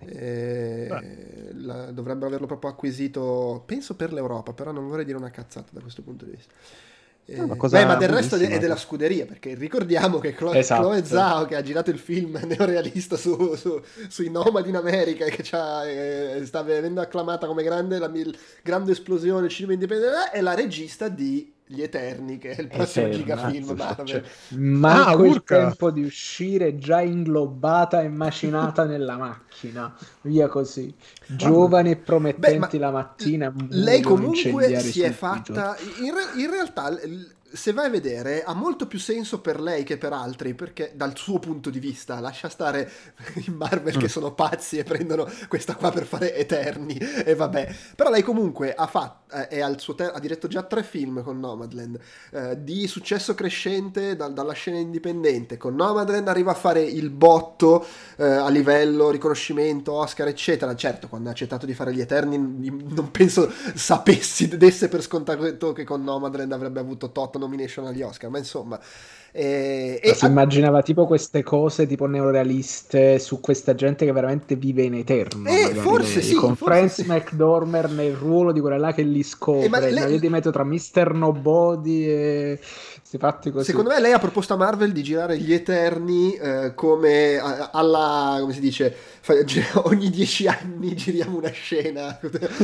E la- dovrebbero averlo proprio acquisito, penso per l'Europa, però non vorrei dire una cazzata da questo punto di vista. Eh,
No, ma cosa
beh, ma del resto è
buonissima.
della scuderia, perché ricordiamo che Chloe,
Esatto.
Chloe Zhao, che ha girato il film neorealista su, su- sui nomadi in America e che c'ha, eh, sta venendo acclamata come grande, la mil- grande esplosione del cinema indipendente, è la regista di Gli Eterni, che è il prossimo
Eterna,
gigafilm Marvel.
cioè, manco
Ah,
il
urca.
tempo di uscire già inglobata e macinata nella macchina, via così, giovani e promettenti
Beh, ma
la mattina,
lei
muoiono
comunque
incendiari
si è
subito.
fatta in, re- in realtà l- se vai a vedere ha molto più senso per lei che per altri, perché dal suo punto di vista lascia stare in Marvel che sono pazzi e prendono questa qua per fare Eterni e vabbè, però lei comunque ha fatto eh, è al suo te- ha diretto già tre film con Nomadland, eh, di successo crescente dal- dalla scena indipendente. Con Nomadland arriva a fare il botto eh, a livello riconoscimento Oscar eccetera. Certo, quando ha accettato di fare Gli Eterni non penso sapessi, desse per scontato che con Nomadland avrebbe avuto tot nomination agli Oscar, ma insomma eh,
Ma
e
si immaginava tipo queste cose tipo neorealiste su questa gente che veramente vive in eterno,
Eh,
magari,
forse
lei,
sì,
con
forse
Frances
sì.
McDormand nel ruolo di quella là che li scopre,
Eh, ma lei-
una via di mezzo tra mister Nobody e questi fatti così.
Secondo me lei ha proposto a Marvel di girare Gli Eterni eh, come a- alla, come si dice, fa- gi- ogni dieci anni giriamo una scena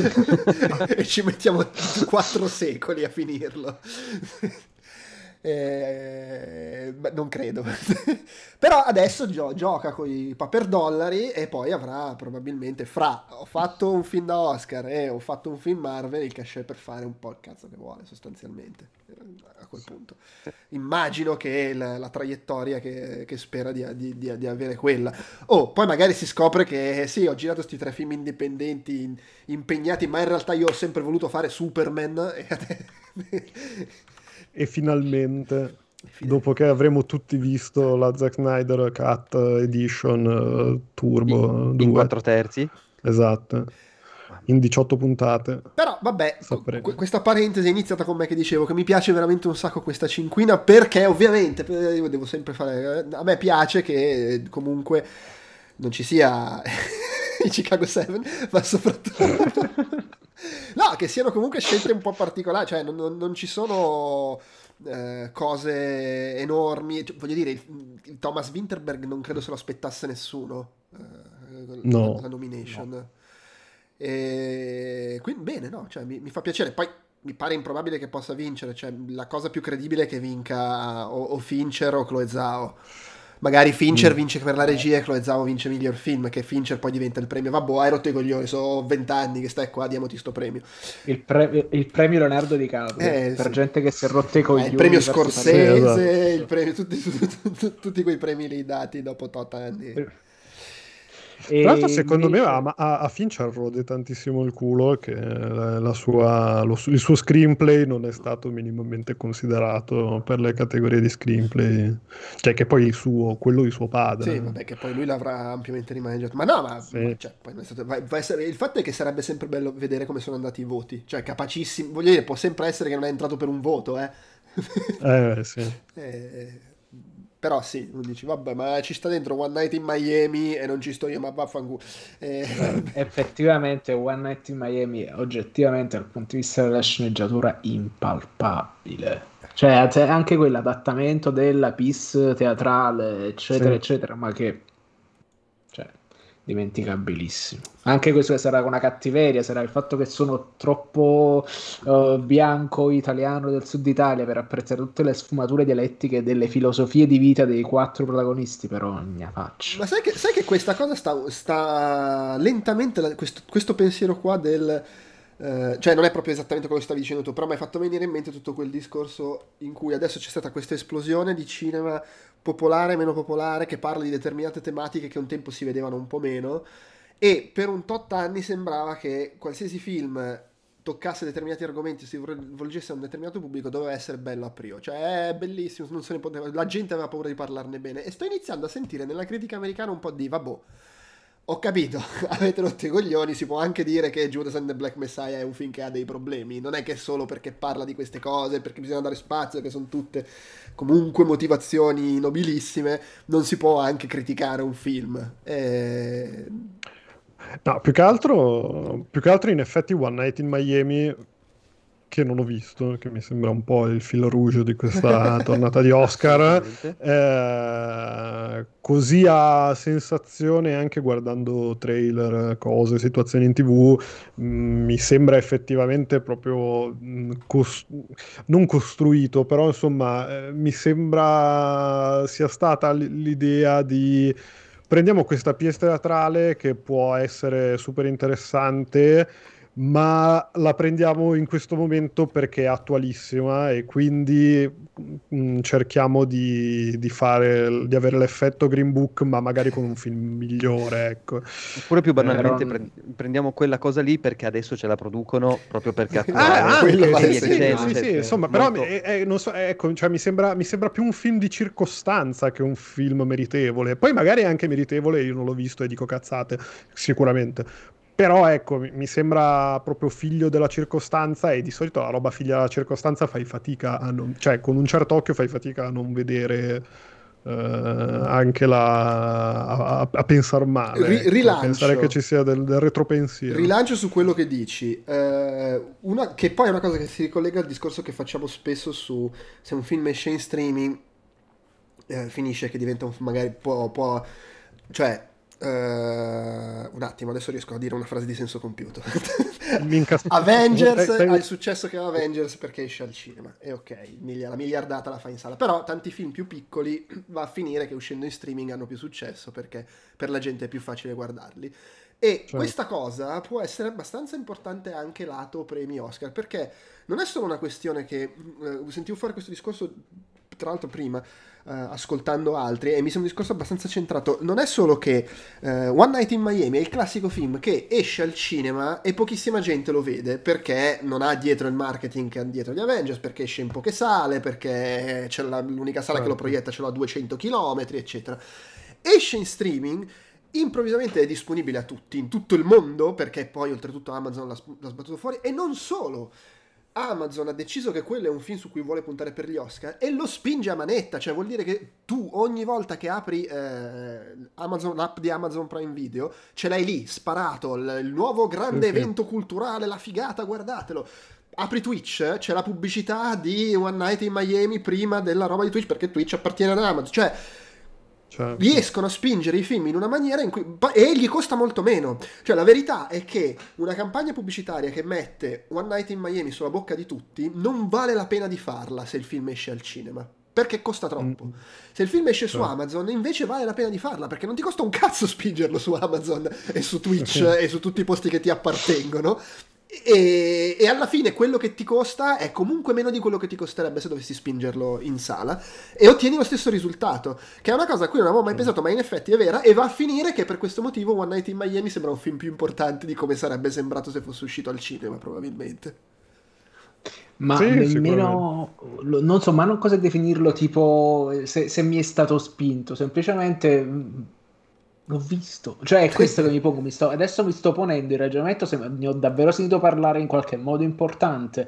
e ci mettiamo quattro secoli a finirlo. Eh, beh, non credo. Però adesso gio- gioca con i paper dollari e poi avrà probabilmente fra ho fatto un film da Oscar e ho fatto un film Marvel, il cachet per fare un po' il cazzo che vuole sostanzialmente eh, a quel punto. Immagino che la, la traiettoria che, che spera di, di, di, di avere quella. Oh, poi magari si scopre che sì, ho girato questi tre film indipendenti in- impegnati, ma in realtà io ho sempre voluto fare Superman e
E finalmente, dopo che avremo tutti visto la Zack Snyder Cut Edition uh, Turbo
in
due,
quattro terzi.
esatto, in diciotto puntate.
Però vabbè,
Sapremo.
qu- questa parentesi è iniziata con me che dicevo che mi piace veramente un sacco questa cinquina, perché ovviamente eh, io devo sempre fare, a me piace che eh, comunque non ci sia i Chicago sette, ma soprattutto no, che siano comunque scelte un po' particolari, cioè non, non- non ci sono eh, cose enormi, cioè, voglio dire, il, il Thomas Winterberg non credo se lo aspettasse nessuno, eh,
No.
la, la nomination. E quindi bene, no, cioè, mi, mi fa piacere. Poi mi pare improbabile che possa vincere, cioè la cosa più credibile è che vinca o, o Fincher o Chloe Zhao. Magari Fincher vince per la regia e Chloe Zhao vince miglior film, che Fincher poi diventa il premio. Vabbè, hai rotto i coglioni, sono vent'anni che stai qua, diamoti sto premio.
Il, pre- il premio Leonardo DiCaprio
Eh,
per
sì.
gente che si è rotte i
Eh,
coglioni
il premio
verso
Scorsese,
Sì, esatto.
il premio, tutti, tutti, tutti quei premi lì dati dopo tot anni.
E
Tra l'altro, secondo me
invece-
a, a, a Fincher rode tantissimo il culo che la, la sua, lo- il suo screenplay non è stato minimamente considerato per le categorie di screenplay, cioè che poi il suo, quello di suo padre.
Sì, vabbè, che poi lui l'avrà ampiamente rimaneggiato. Ma no, ma,
Sì.
ma, cioè, poi non è stato, va- va a essere- il fatto è che sarebbe sempre bello vedere come sono andati i voti. Cioè, capacissimo. Voglio dire, può sempre essere che non è entrato per un voto, eh.
Eh, sì.
Eh, però sì, tu dici, vabbè, ma ci sta dentro One Night in Miami e non ci sto io, ma vaffanculo. Eh,
effettivamente One Night in Miami è oggettivamente dal punto di vista della sceneggiatura impalpabile, cioè c'è anche quell'adattamento della piece teatrale eccetera
Sì.
eccetera, ma che cioè dimenticabilissimo. Anche questo sarà una cattiveria, sarà il fatto che sono troppo uh, bianco italiano del sud Italia per apprezzare tutte le sfumature dialettiche delle filosofie di vita dei quattro protagonisti, però mia faccia.
Ma sai che, sai che questa cosa sta, sta lentamente, questo, questo pensiero qua del... Uh, cioè non è proprio esattamente quello che stavi dicendo tu, però mi hai fatto venire in mente tutto quel discorso in cui adesso c'è stata questa esplosione di cinema popolare, meno popolare, che parla di determinate tematiche che un tempo si vedevano un po' meno, e per un tot anni sembrava che qualsiasi film toccasse determinati argomenti, si volgesse a un determinato pubblico, doveva essere bello a prio, cioè è bellissimo, non se ne poteva, la gente aveva paura di parlarne bene, e sto iniziando a sentire nella critica americana un po' di vabbò, ho capito, avete rotto i coglioni, si può anche dire che Judas and the Black Messiah è un film che ha dei problemi, non è che solo perché parla di queste cose, perché bisogna dare spazio, che sono tutte comunque motivazioni nobilissime, non si può anche criticare un film. E...
No, più che altro, più che altro in effetti One Night in Miami, che non ho visto, che mi sembra un po' il fil rouge di questa tornata di Oscar, eh, così a sensazione, anche guardando trailer, cose, situazioni in tv, mh, mi sembra effettivamente proprio mh, cos- non costruito, però insomma eh, mi sembra sia stata l- l'idea di prendiamo questa pièce teatrale che può essere super interessante, ma la prendiamo in questo momento perché è attualissima e quindi mh, cerchiamo di, di fare di avere l'effetto Green Book, ma magari con un film migliore, ecco.
Oppure più banalmente
Eh,
pre- prendiamo quella cosa lì perché adesso ce la producono proprio perché attuale.
Ah,
quello
anche,
vale
sì, sì,
sempre.
sì, sì,
Cioè,
insomma,
molto-
però eh, eh, non so, ecco, cioè, mi, sembra, mi sembra più un film di circostanza che un film meritevole. Poi magari è anche meritevole, io non l'ho visto e dico cazzate, sicuramente. Però ecco, mi- mi sembra proprio figlio della circostanza, e di solito la roba figlia della circostanza fai fatica a non... cioè con un certo occhio fai fatica a non vedere eh, anche la... a, a pensare male,
Ri-
ecco, a
rilancio.
pensare che ci sia del, del retropensiero.
Rilancio su quello che dici, eh, una, che poi è una cosa che si ricollega al discorso che facciamo spesso su se un film esce in streaming, eh, finisce che diventa un, magari può, può cioè eh, un attimo, adesso riesco a dire una frase di senso compiuto.
Mi incas-
Avengers
Sei- sei-
ha il successo che ha Avengers perché esce al cinema, e ok, miglia- la miliardata la fa in sala, però tanti film più piccoli va a finire che uscendo in streaming hanno più successo perché per la gente è più facile guardarli. E
Certo.
questa cosa può essere abbastanza importante anche lato premi Oscar, perché non è solo una questione che eh, sentivo fare questo discorso tra l'altro prima eh, ascoltando altri, e mi sembra un discorso abbastanza centrato. Non è solo che eh, One Night in Miami è il classico film che esce al cinema e pochissima gente lo vede perché non ha dietro il marketing che ha dietro gli Avengers, perché esce in poche sale, perché c'è la- l'unica sala che lo
Certo.
proietta ce l'ha a duecento chilometri, eccetera. Esce in streaming, improvvisamente è disponibile a tutti in tutto il mondo, perché poi oltretutto Amazon l'ha, sp- l'ha sbattuto fuori, e non solo, Amazon ha deciso che quello è un film su cui vuole puntare per gli Oscar e lo spinge a manetta, cioè vuol dire che tu ogni volta che apri eh, Amazon, l'app di Amazon Prime Video, ce l'hai lì sparato il, il nuovo grande
Sì, sì.
evento culturale, la figata, guardatelo. Apri Twitch, c'è la pubblicità di One Night in Miami prima della roba di Twitch, perché Twitch appartiene ad Amazon, cioè
Certo.
riescono a spingere i film in una maniera in cui e gli costa molto meno. Cioè la verità è che una campagna pubblicitaria che mette One Night in Miami sulla bocca di tutti non vale la pena di farla se il film esce al cinema, perché costa troppo.
Mm.
Se il film esce su
Certo.
Amazon invece vale la pena di farla, perché non ti costa un cazzo spingerlo su Amazon e su Twitch
Ok.
e su tutti i posti che ti appartengono. E, e alla fine quello che ti costa è comunque meno di quello che ti costerebbe se dovessi spingerlo in sala, e ottieni lo stesso risultato, che è una cosa a cui non avevo mai pensato, ma in effetti è vera, e va a finire che per questo motivo One Night in Miami sembra un film più importante di come sarebbe sembrato se fosse uscito al cinema, probabilmente.
Ma
Sì,
nemmeno, lo- non so, ma non cosa definirlo tipo se, se mi è stato spinto, semplicemente mh, l'ho visto. Cioè, è questo che mi pongo, mi sto, adesso mi sto ponendo il ragionamento se ne ho davvero sentito parlare in qualche modo importante.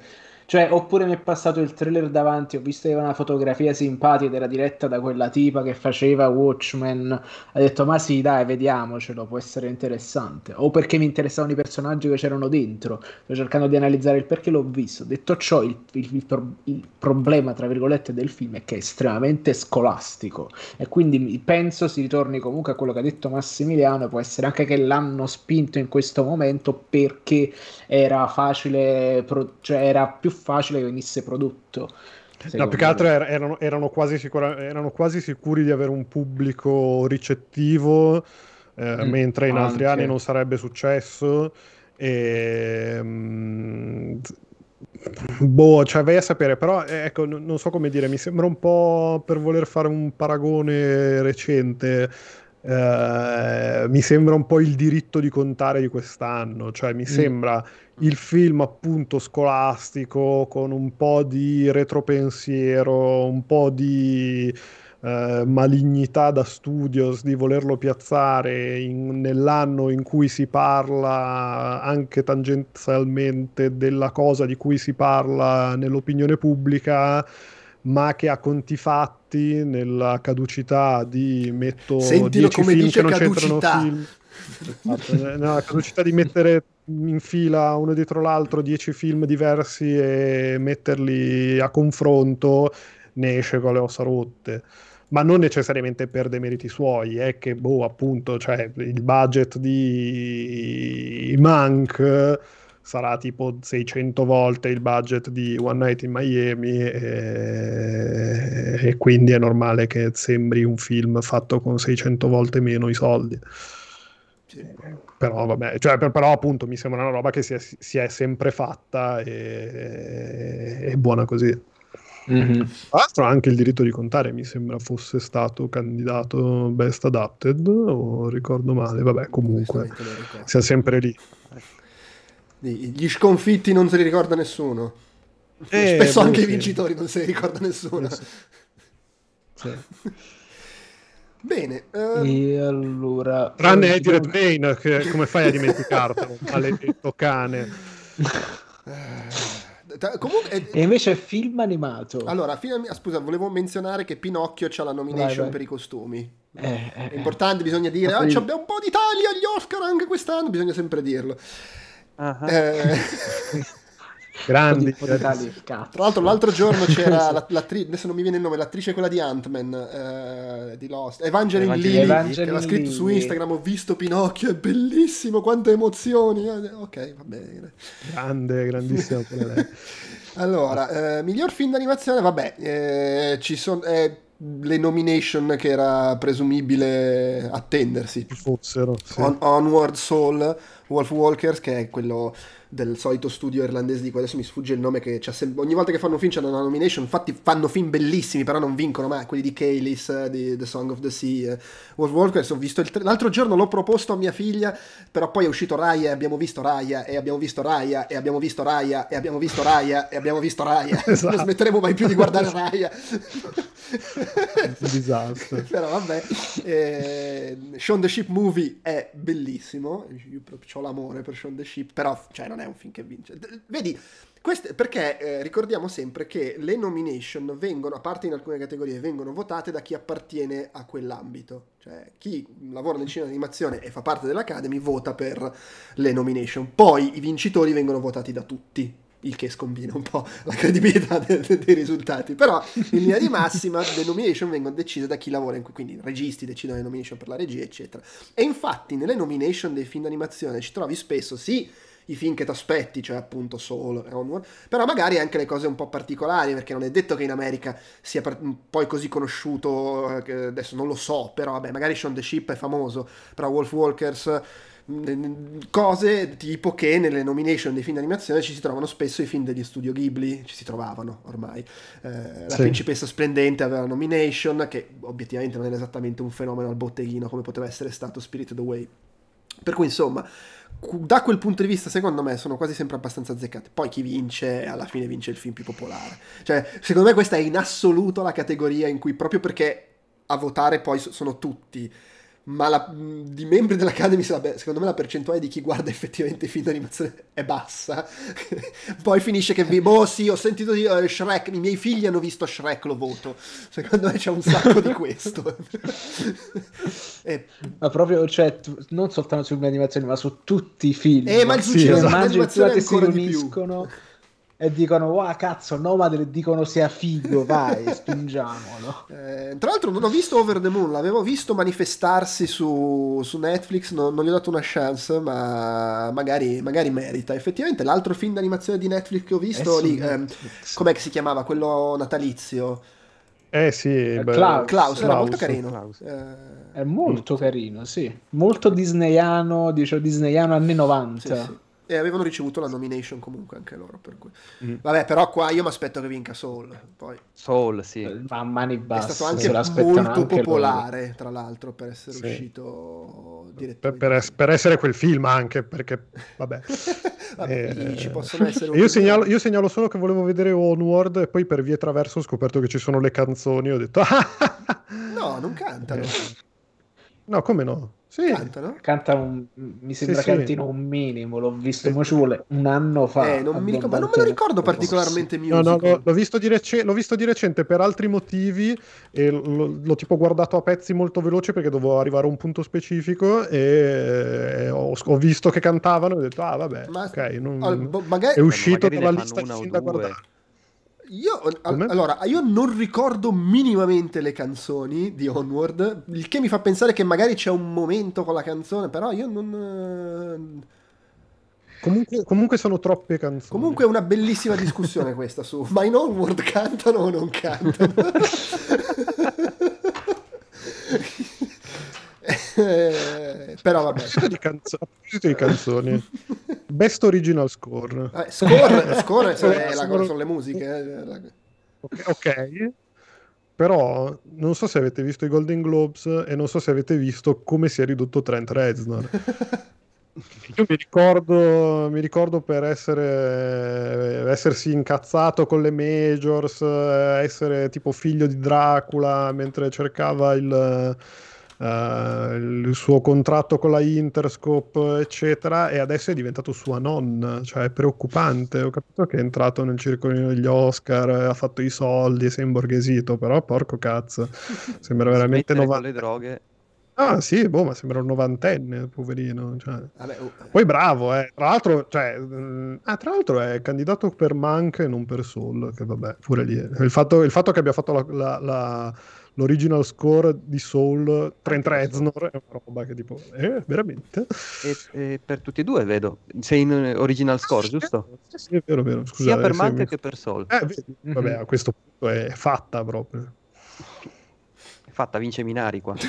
Cioè, oppure mi è passato il trailer davanti, ho visto che aveva una fotografia simpatica ed era diretta da quella tipa che faceva Watchmen, ho detto ma sì dai vediamocelo, può essere interessante, o perché mi interessavano i personaggi che c'erano dentro, sto cercando di analizzare il perché, l'ho visto. Detto ciò, il, il, il, pro- il problema tra virgolette del film è che è estremamente scolastico e quindi penso si ritorni comunque a quello che ha detto Massimiliano, può essere anche che l'hanno spinto in questo momento perché era facile, pro- cioè era più facile che venisse prodotto.
No, più che altro er- erano, erano, quasi sicura- erano quasi sicuri di avere un pubblico ricettivo, eh, mm, mentre in altri anche. anni non sarebbe successo. E, mm, boh, cioè vai a sapere, però ecco, n- non so come dire, mi sembra un po', per voler fare un paragone recente, eh, mi sembra un po' Il Diritto di contare di quest'anno, cioè mi mm. sembra il film appunto scolastico con un po' di retropensiero, un po' di eh, malignità da studios di volerlo piazzare in, nell'anno in cui si parla anche tangenzialmente della cosa di cui si parla nell'opinione pubblica, ma che a conti fatti nella caducità di metto
Sentilo
dieci
come
film
dice
che non
caducità.
c'entrano film. Nella caducità di mettere in fila uno dietro l'altro dieci film diversi e metterli a confronto, ne esce con le ossa rotte. Ma non necessariamente per demeriti suoi, è che boh, appunto, cioè il budget di Mank sarà tipo seicento volte il budget di One Night in Miami e, e quindi è normale che sembri un film fatto con seicento volte meno i soldi. Sì. Però vabbè, cioè, per, però appunto mi sembra una roba che si è, si è sempre fatta e è buona così. Mm-hmm. Tra l'altro anche Il Diritto di contare mi sembra fosse stato candidato Best Adapted, o ricordo male, vabbè, comunque sia sempre lì.
Gli sconfitti non se li ricorda nessuno. Eh, Spesso anche sì. I vincitori non se li ricorda nessuno. Sì. Sì. Bene. Um...
E allora...
Tranne Eddie Redmayne, che come fai a dimenticartelo? Maledetto cane.
Comunque, eh,
e invece è film animato.
Allora, film, scusa, volevo menzionare che Pinocchio c'ha la nomination vai, vai. per i costumi.
Eh, eh,
è importante, bisogna dire, ah, abbiamo un po' d'Italia agli Oscar anche quest'anno, bisogna sempre dirlo. Uh-huh. Eh...
grandi,
tra l'altro l'altro giorno c'era la, l'attrice, adesso non mi viene il nome, l'attrice quella di Ant-Man, eh, di Lost, Evangeline Lilly, Evangeline che aveva scritto Lilly. Su Instagram: ho visto Pinocchio, è bellissimo, quante emozioni. Ok, va bene,
grande, grandissima pure lei.
Allora, eh, miglior film d'animazione, vabbè, eh, ci sono eh, le nomination che era presumibile attendersi,
fossero sì.
On- Onward Soul, Wolf Walkers, che è quello del solito studio irlandese di cui adesso mi sfugge il nome, che c'ha sem- ogni volta che fanno un film c'hanno una nomination, infatti fanno film bellissimi però non vincono mai, quelli di Kaylis, di The Song of the Sea. Wolf Walkers, ho visto il tra- l'altro giorno, l'ho proposto a mia figlia, però poi è uscito Raya e abbiamo visto Raya e abbiamo visto Raya e abbiamo visto Raya e abbiamo visto Raya e abbiamo visto Raya. Esatto. Non smetteremo mai più di guardare Raya.
Un disastro.
Però vabbè, eh, Shaun the Sheep Movie è bellissimo, io ho l'amore per Shaun the Sheep, però cioè non è un film che vince. Vedi, queste, perché eh, ricordiamo sempre che le nomination vengono, a parte in alcune categorie, vengono votate da chi appartiene a quell'ambito. Cioè chi lavora nel cinema d'animazione e fa parte dell'Academy vota per le nomination. Poi i vincitori vengono votati da tutti, il che scombina un po' la credibilità de- de- dei risultati, però in linea di massima le nomination vengono decise da chi lavora in cui, quindi i registi decidono le nomination per la regia eccetera, e infatti nelle nomination dei film d'animazione ci trovi spesso sì i film che ti aspetti, cioè appunto Soul e Onward, però magari anche le cose un po' particolari, perché non è detto che in America sia per- poi così conosciuto, eh, che adesso non lo so, però vabbè, magari Shaun the Sheep è famoso, però Wolf Walkers, cose tipo che nelle nomination dei film d'animazione ci si trovano spesso i film degli studio Ghibli, ci si trovavano ormai, eh, la sì. Principessa Splendente aveva la nomination, che obiettivamente non è esattamente un fenomeno al botteghino come poteva essere stato Spirited Away, per cui insomma da quel punto di vista secondo me sono quasi sempre abbastanza azzeccati. Poi chi vince alla fine vince il film più popolare, cioè secondo me questa è in assoluto la categoria in cui, proprio perché a votare poi sono tutti ma la, di membri dell'Academy secondo me la percentuale di chi guarda effettivamente i film d'animazione è bassa. Poi finisce che vi, boh sì, ho sentito di uh, Shrek, i miei figli hanno visto Shrek, lo voto. Secondo me c'è un sacco di questo. E...
ma proprio, cioè, non soltanto sulle animazioni, ma su tutti i film.
Eh, ma il
sì,
successo
immagini che si
ancora
riuniscono e dicono wow cazzo Nomad, dicono sia figo, vai spingiamolo.
Eh, tra l'altro non ho visto Over the Moon, l'avevo visto manifestarsi su, su Netflix, non, non gli ho dato una chance, ma magari, magari merita. Effettivamente l'altro film d'animazione di Netflix che ho visto lì, eh, com'è che si chiamava, quello natalizio?
Eh sì, beh,
Klaus.
Klaus, era
Klaus.
molto carino.
Klaus.
Eh,
È molto carino, sì, molto disneyano, diciamo disneyano anni novanta.
sì, sì. E avevano ricevuto la nomination comunque anche loro, per cui.
Mm.
Vabbè, però qua io mi aspetto che vinca Soul. Poi
Soul, sì.
A mani
è
basse,
stato
se
anche
l'aspettano
molto
anche
popolare,
loro.
tra l'altro, per essere
Sì.
uscito
per,
direttamente.
per, es- per essere quel film anche, perché vabbè.
Vabbè,
Eh,
ci possono essere
io,
un
segnalo, io segnalo solo che volevo vedere Onward e poi per vie traverso ho scoperto che ci sono le canzoni, ho detto
No, non cantano.
no, come no? Sì.
Cantano?
Canta un, mi sembra
Sì, sì.
cantino un minimo, l'ho visto,
Sì,
ma
sì.
ci vuole un anno fa.
Eh, non mi ricordo, ma non me lo ricordo particolarmente
No,
musical.
no, no, l'ho visto, di rec- l'ho visto di recente per altri motivi e l- l'ho tipo guardato a pezzi molto veloci perché dovevo arrivare a un punto specifico e ho, ho visto che cantavano e ho detto ah vabbè,
Ma-
ok, non-
al- bo- magari-
è uscito
magari ne
dalla
fanno
lista di
una o
film da
due.
guardare.
Io, al-
Come?
allora, io non ricordo minimamente le canzoni di Onward, il che mi fa pensare che magari c'è un momento con la canzone, però io non...
Comunque, comunque sono troppe canzoni.
Comunque è una bellissima discussione questa su ma in Onward cantano o non cantano. Eh, però vabbè.
A proposito di, canzo- a proposito di canzoni, Best Original Score.
Eh, score, score
Sono-
è la-
sono-
sono le musiche. eh, la-
Ok, ok. Però non so se avete visto i Golden Globes e non so se avete visto come si è ridotto Trent Reznor. Io mi ricordo, mi ricordo per essere essersi incazzato con le majors, eh, essere tipo figlio di Dracula mentre cercava il, eh, il suo contratto con la Interscope, eccetera, e adesso è diventato sua nonna, cioè è preoccupante. Ho capito che è entrato nel circolino degli Oscar, ha fatto i soldi, si è imborghesito, però porco cazzo, sembra veramente
Smettere con
novanta.
le droghe.
Ah sì, boh, ma sembra un novantenne, poverino. Cioè.
Vabbè, oh,
Poi bravo, eh. Tra l'altro, cioè, mh, ah, tra l'altro è candidato per Mank e non per Soul, che vabbè, pure lì. Il fatto, il fatto che abbia fatto la, la, la, l'original score di Soul, Trent Reznor, è una roba che tipo, eh, veramente?
E, e per tutti e due, vedo. Sei in original score, giusto?
Sì, sì, è vero, è vero. Scusa,
Sia per
eh, sì,
Mank
mi-
che per Soul.
Eh, vedi, vabbè, a questo punto è fatta proprio.
Fatta, vince Minari qua.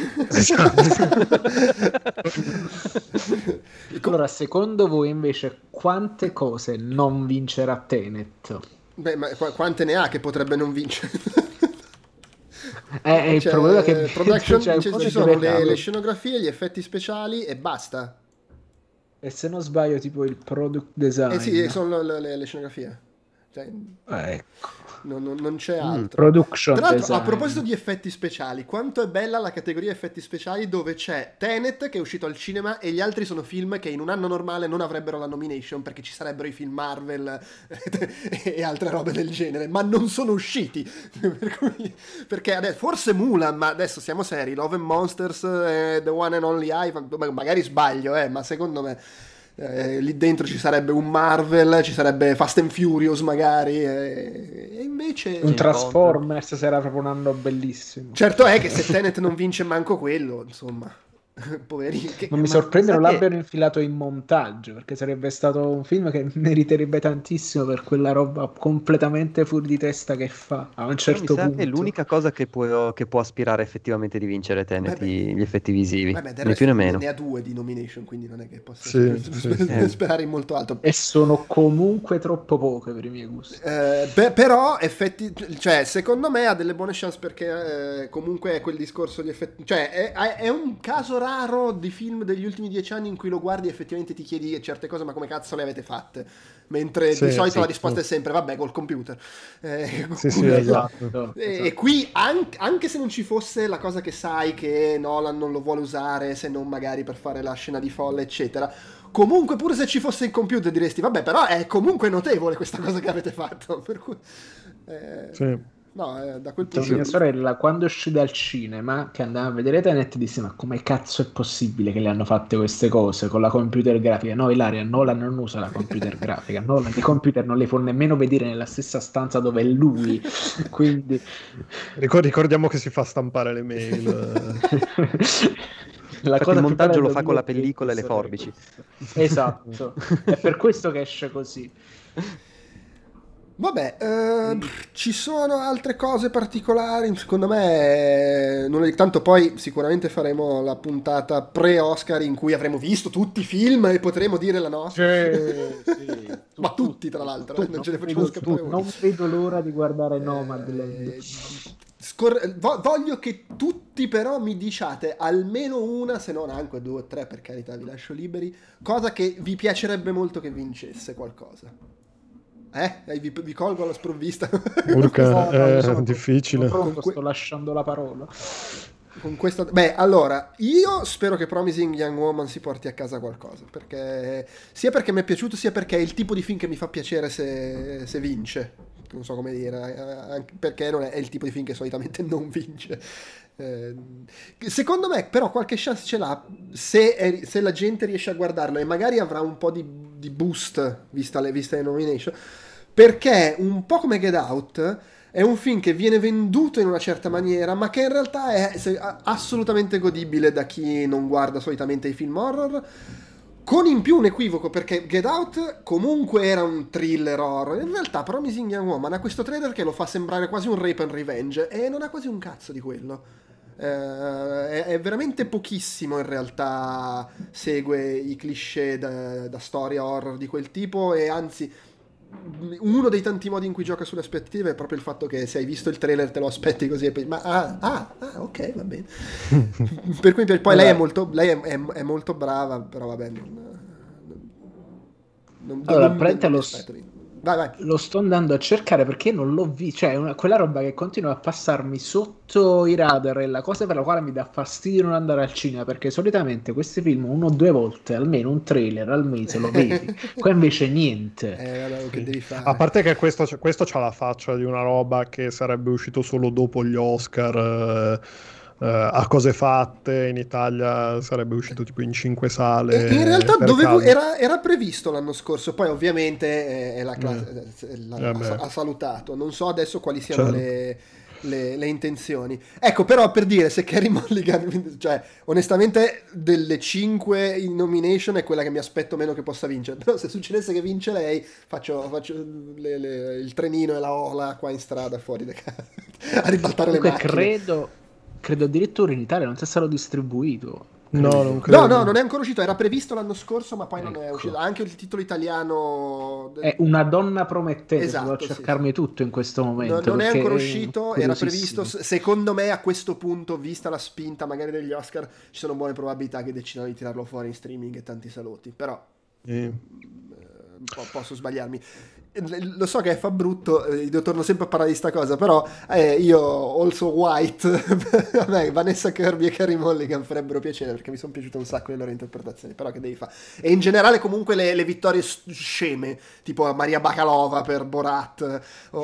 Allora, secondo voi invece quante cose non vincerà Tenet?
beh, ma qu- quante ne ha che potrebbe non vincere?
Eh, è il
Cioè,
problema che
production,
c'è un
ci-
po'
ci
di
sono le,
mercato.
le scenografie, gli effetti speciali e basta.
E se non sbaglio, tipo il product design.
Eh sì, sono le, le- le scenografie. Cioè,
Eh, ecco.
non, non- non c'è
Mm,
altro.
Production
Tra l'altro,
design.
a proposito di effetti speciali, quanto è bella la categoria effetti speciali dove c'è Tenet che è uscito al cinema e gli altri sono film che in un anno normale non avrebbero la nomination perché ci sarebbero i film Marvel e altre robe del genere, ma non sono usciti. Per cui- perché adesso, forse Mulan, ma adesso siamo seri, Love and Monsters, eh, The One and Only I, ma- magari sbaglio, eh, ma secondo me... Eh, lì dentro ci sarebbe un Marvel, ci sarebbe Fast and Furious magari, e, e invece...
Un Transformers sarà proprio un anno bellissimo.
Certo è che se Tenet non vince manco quello, insomma, poverini. Che...
Non mi
ma
sorprende non
sai che-
l'abbiano infilato in montaggio, perché sarebbe stato un film che meriterebbe tantissimo per quella roba completamente fuori di testa che fa a un
Però
certo
mi sa
punto.
che è l'unica cosa che può, che può aspirare effettivamente di vincere Tenet,
Vabbè.
i- gli effetti visivi.
Vabbè, del
né più né
resto
meno.
ne ha due di nomination, quindi non è che possa
Sì,
sper-
sì,
sper-
sì.
sperare in molto alto.
E sono comunque troppo poche per i miei gusti.
Eh, pe- però effetti, cioè secondo me ha delle buone chance perché eh, comunque è quel discorso di effetti, cioè è, è un caso raro raro di film degli ultimi dieci anni in cui lo guardi e effettivamente ti chiedi certe cose, ma come cazzo le avete fatte? Mentre sì, di solito sì, la risposta sì. è sempre vabbè, col computer. Eh,
sì, sì, esatto.
E, esatto. e qui anche, anche se non ci fosse la cosa che sai che Nolan non lo vuole usare, se non magari per fare la scena di folle, eccetera, comunque pure se ci fosse il computer diresti vabbè, però è comunque notevole questa cosa che avete fatto. Per cui, eh,
sì.
No, eh, da quel punto
mia sorella quando uscì dal cinema che andava a vedere Tenet disse ma come cazzo è possibile che le hanno fatte queste cose con la computer grafica? No, Ilaria, Nolan non usa la computer grafica, Nolan di computer non le può nemmeno vedere nella stessa stanza dove è lui, quindi
ricordiamo che si fa stampare le mail.
La cosa il montaggio lo fa con la pellicola e le forbici.
Esatto, è per questo che esce così.
Vabbè, eh, ci sono altre cose particolari, secondo me, non è, tanto poi sicuramente faremo la puntata pre-Oscar in cui avremo visto tutti i film e potremo dire la nostra.
Sì, sì,
ma tu, tutti tra l'altro, tu, eh, non, non ce ne facciamo scappare uno.
Non vedo l'ora di guardare Nomad.
Eh, scor- vo- voglio che tutti però mi diciate almeno una, se non anche due o tre, per carità vi lascio liberi, cosa che vi piacerebbe molto che vincesse qualcosa. Eh, vi, vi colgo alla sprovvista.
Urca, è sono, difficile.
Sono pronto, sto lasciando la parola.
Con questa... Beh, allora, io spero che Promising Young Woman si porti a casa qualcosa, perché sia perché mi è piaciuto, sia perché è il tipo di film che mi fa piacere se, se vince. Non so come dire, anche perché non è, è il tipo di film che solitamente non vince. Eh, secondo me però qualche chance ce l'ha se, è, se la gente riesce a guardarlo e magari avrà un po' di, di boost vista le, vista le nomination, perché un po' come Get Out è un film che viene venduto in una certa maniera ma che in realtà è assolutamente godibile da chi non guarda solitamente i film horror, con in più un equivoco, perché Get Out comunque era un thriller horror, in realtà Promising Young Woman ha questo trailer che lo fa sembrare quasi un rape and revenge e non ha quasi un cazzo di quello. Uh, è, è veramente pochissimo in realtà, segue i cliché da, da storia horror di quel tipo, e anzi uno dei tanti modi in cui gioca sulle aspettative è proprio il fatto che se hai visto il trailer te lo aspetti così e poi, ma ah, ah, ah ok, va bene. Per cui poi lei è molto lei è, è, è molto brava, però vabbè non, non,
allora
non,
prende
non
lo
aspettami. Vai, vai.
Lo sto andando a cercare perché non l'ho visto, cioè una, quella roba che continua a passarmi sotto i radar è la cosa per la quale mi dà fastidio non andare al cinema, perché solitamente questi film uno o due volte, almeno un trailer al mese lo vedi, qua invece niente.
Eh, vabbè, che devi fare?
A parte che questo, questo c'ha la faccia di una roba che sarebbe uscito solo dopo gli Oscar, eh, Uh, a cose fatte, in Italia sarebbe uscito tipo in cinque sale.
E in realtà dovevo, era, era previsto l'anno scorso, poi ovviamente eh, la classe, eh. la, eh ha, ha salutato, non so adesso quali siano certo. le, le, le intenzioni. Ecco, però per dire, se Carey Mulligan, cioè onestamente delle cinque in nomination è quella che mi aspetto meno che possa vincere, però se succedesse che vince lei faccio, faccio le, le, il trenino e la ola qua in strada fuori da casa a ribaltare
Comunque
le macchine.
credo Credo addirittura in Italia non sia stato distribuito.
No, non credo.
No, no, non è ancora uscito, era previsto l'anno scorso, ma poi ecco. non è uscito. Anche il titolo italiano
è Una donna promettente, esatto, devo cercarmi sì. tutto in questo momento.
No, non è ancora uscito, era previsto. Secondo me, a questo punto, vista la spinta magari degli Oscar, ci sono buone probabilità che decidano di tirarlo fuori in streaming e tanti salotti. Però mm. eh, posso sbagliarmi. Lo so che fa brutto, io torno sempre a parlare di sta cosa, però eh, io Also White vabbè, Vanessa Kirby e Carey Mulligan farebbero piacere perché mi sono piaciute un sacco le loro interpretazioni, però che devi fare? E in generale comunque le, le vittorie sceme, tipo Maria Bakalova per Borat o...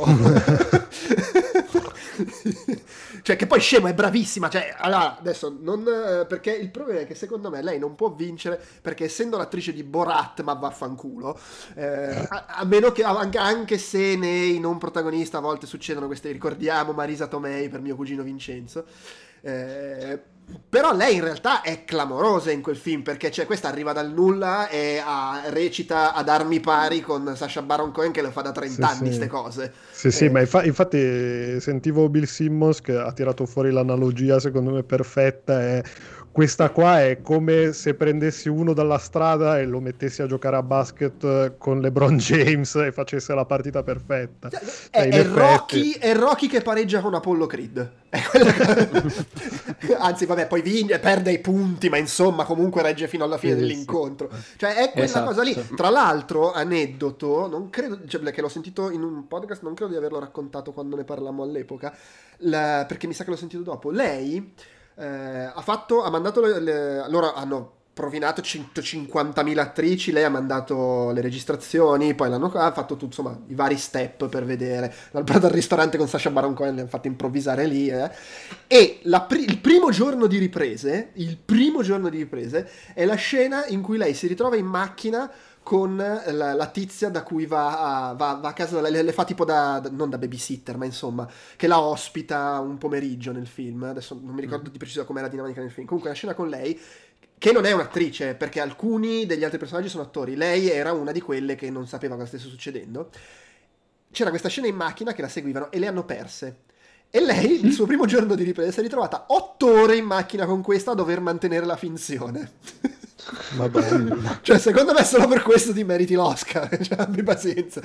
cioè che poi scemo è bravissima, cioè allora adesso non, perché il problema è che secondo me lei non può vincere perché essendo l'attrice di Borat, ma vaffanculo, eh, a, a meno che anche, anche se nei non protagonisti a volte succedono queste, ricordiamo Marisa Tomei per mio cugino Vincenzo, eh, però lei in realtà è clamorosa in quel film, perché cioè, questa arriva dal nulla e a, recita ad armi pari con Sacha Baron Cohen che lo fa da trenta
sì,
anni
sì.
ste cose.
Sì,
eh.
sì, ma infa- infatti sentivo Bill Simmons che ha tirato fuori l'analogia secondo me perfetta, è questa qua è come se prendessi uno dalla strada e lo mettessi a giocare a basket con LeBron James e facesse la partita perfetta.
È,
cioè,
è,
effetti...
Rocky, è Rocky che pareggia con Apollo Creed. È che... Anzi, vabbè, poi vince, perde i punti, ma insomma comunque regge fino alla fine
sì,
dell'incontro. Cioè è quella
esatto.
cosa lì. Tra l'altro, aneddoto, non credo, cioè, che l'ho sentito in un podcast, non credo di averlo raccontato quando ne parlammo all'epoca, la, perché mi sa che l'ho sentito dopo. Lei... Eh, ha fatto, ha mandato le, le, loro hanno provinato centocinquantamila attrici, lei ha mandato le registrazioni, poi l'hanno ha fatto tutto, insomma, i vari step per vedere. Dal, dal ristorante con Sacha Baron Cohen le hanno fatto improvvisare lì, eh. E la pri- il primo giorno di riprese, il primo giorno di riprese è la scena in cui lei si ritrova in macchina con la, la tizia da cui va a, va, va a casa, le, le fa tipo da, da, non da babysitter, ma insomma, che la ospita un pomeriggio nel film. Adesso non mi ricordo di preciso com'è la dinamica nel film. Comunque la scena con lei, che non è un'attrice, perché alcuni degli altri personaggi sono attori, lei era una di quelle che non sapeva cosa stesse succedendo. C'era questa scena in macchina che la seguivano e le hanno perse. E lei, il suo primo giorno di ripresa, si è ritrovata otto ore in macchina con questa a dover mantenere la finzione.
Madonna.
Cioè, secondo me solo per questo ti meriti l'Oscar. Cioè, abbi pazienza.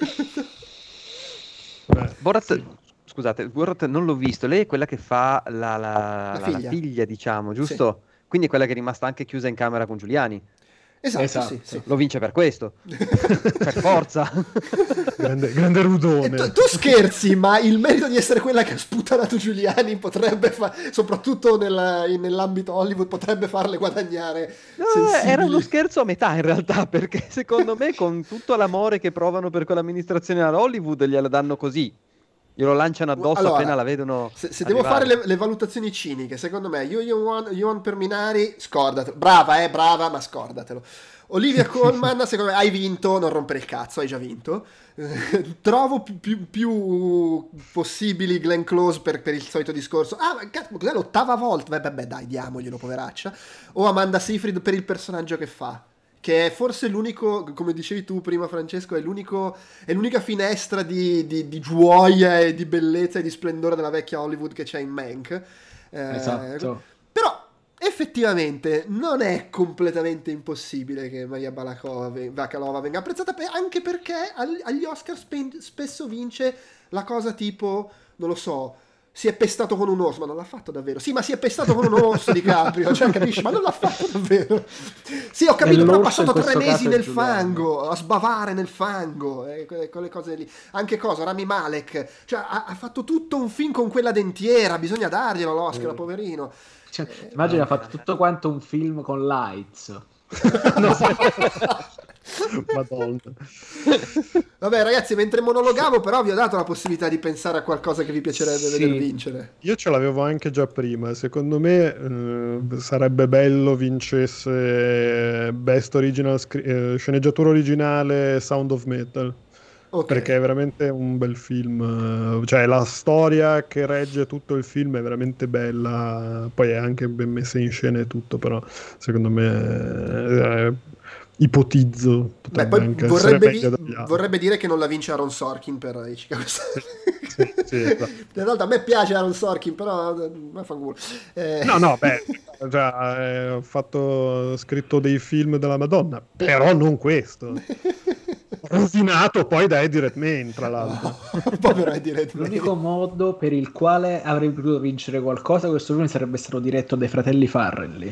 Borat, scusate, Borat non l'ho visto. Lei è quella che fa la, la,
La
la,
figlia.
la figlia, diciamo, giusto? Sì. Quindi è quella che è rimasta anche chiusa in camera con Giuliani.
Esatto,
esatto.
Sì, sì.
Lo vince per questo. Per forza.
Grande, grande rudone.
Tu, tu scherzi, ma il merito di essere quella che ha sputtanato Giuliani potrebbe fa- soprattutto nella, in, nell'ambito Hollywood, potrebbe farle guadagnare.
No, era uno scherzo a metà in realtà, perché secondo me con tutto l'amore che provano per quell'amministrazione a Hollywood gliela danno così. Glielo lanciano addosso
allora,
appena la vedono.
Se, se devo fare le, le valutazioni ciniche, secondo me, Ewan Perminari, scordatelo. Brava, eh, brava, ma scordatelo. Olivia Colman, secondo me, hai vinto, non rompere il cazzo, hai già vinto. Eh, trovo più, più, più possibili Glenn Close per, per il solito discorso. Ah, ma cazzo, cos'è l'ottava volta? Beh, beh, dai, diamoglielo, poveraccia. O Amanda Seyfried per il personaggio che fa. Che è forse l'unico, come dicevi tu prima Francesco, è, l'unico, è l'unica finestra di, di, di gioia e di bellezza e di splendore della vecchia Hollywood che c'è in Mank. Eh,
esatto.
Però effettivamente non è completamente impossibile che Maria Balakova, Bakalova venga apprezzata, anche perché agli Oscar spe- spesso vince la cosa tipo, non lo so, si è pestato con un orso, ma non l'ha fatto davvero. Sì, ma si è pestato con un orso DiCaprio, cioè capisci, ma non l'ha fatto davvero. Sì, ho capito, però ha passato tre mesi nel fango, a sbavare nel fango, eh, quelle cose lì. Anche cosa, Rami Malek, cioè ha, ha fatto tutto un film con quella dentiera, bisogna darglielo l'Oscar, mm. poverino.
Cioè, immagina, eh, ha fatto tutto quanto un film con Lights.
No. Madonna.
Vabbè ragazzi, mentre monologavo però vi ho dato la possibilità di pensare a qualcosa che vi piacerebbe sì. vedere vincere.
Io ce l'avevo anche già prima. Secondo me eh, sarebbe bello vincesse Best Original Scri- eh, sceneggiatura originale Sound of Metal. Okay. Perché è veramente un bel film, cioè la storia che regge tutto il film è veramente bella, poi è anche ben messa in scena e tutto, però secondo me eh, ipotizzo
Beh, poi vorrebbe, vi- vorrebbe dire che non la vince Aaron Sorkin per i Chicago Stars. Sì, sì, esatto. In realtà a me piace Aaron Sorkin, però ma fa culo. Eh...
no no beh già, eh, ho fatto ho scritto dei film della Madonna, però non questo. Rovinato poi da Eddie Redmayne, tra l'altro.
Oh, povero Eddie Redmayne.
L'unico modo per il quale avrebbe potuto vincere qualcosa questo film sarebbe stato diretto dai fratelli Farrelly.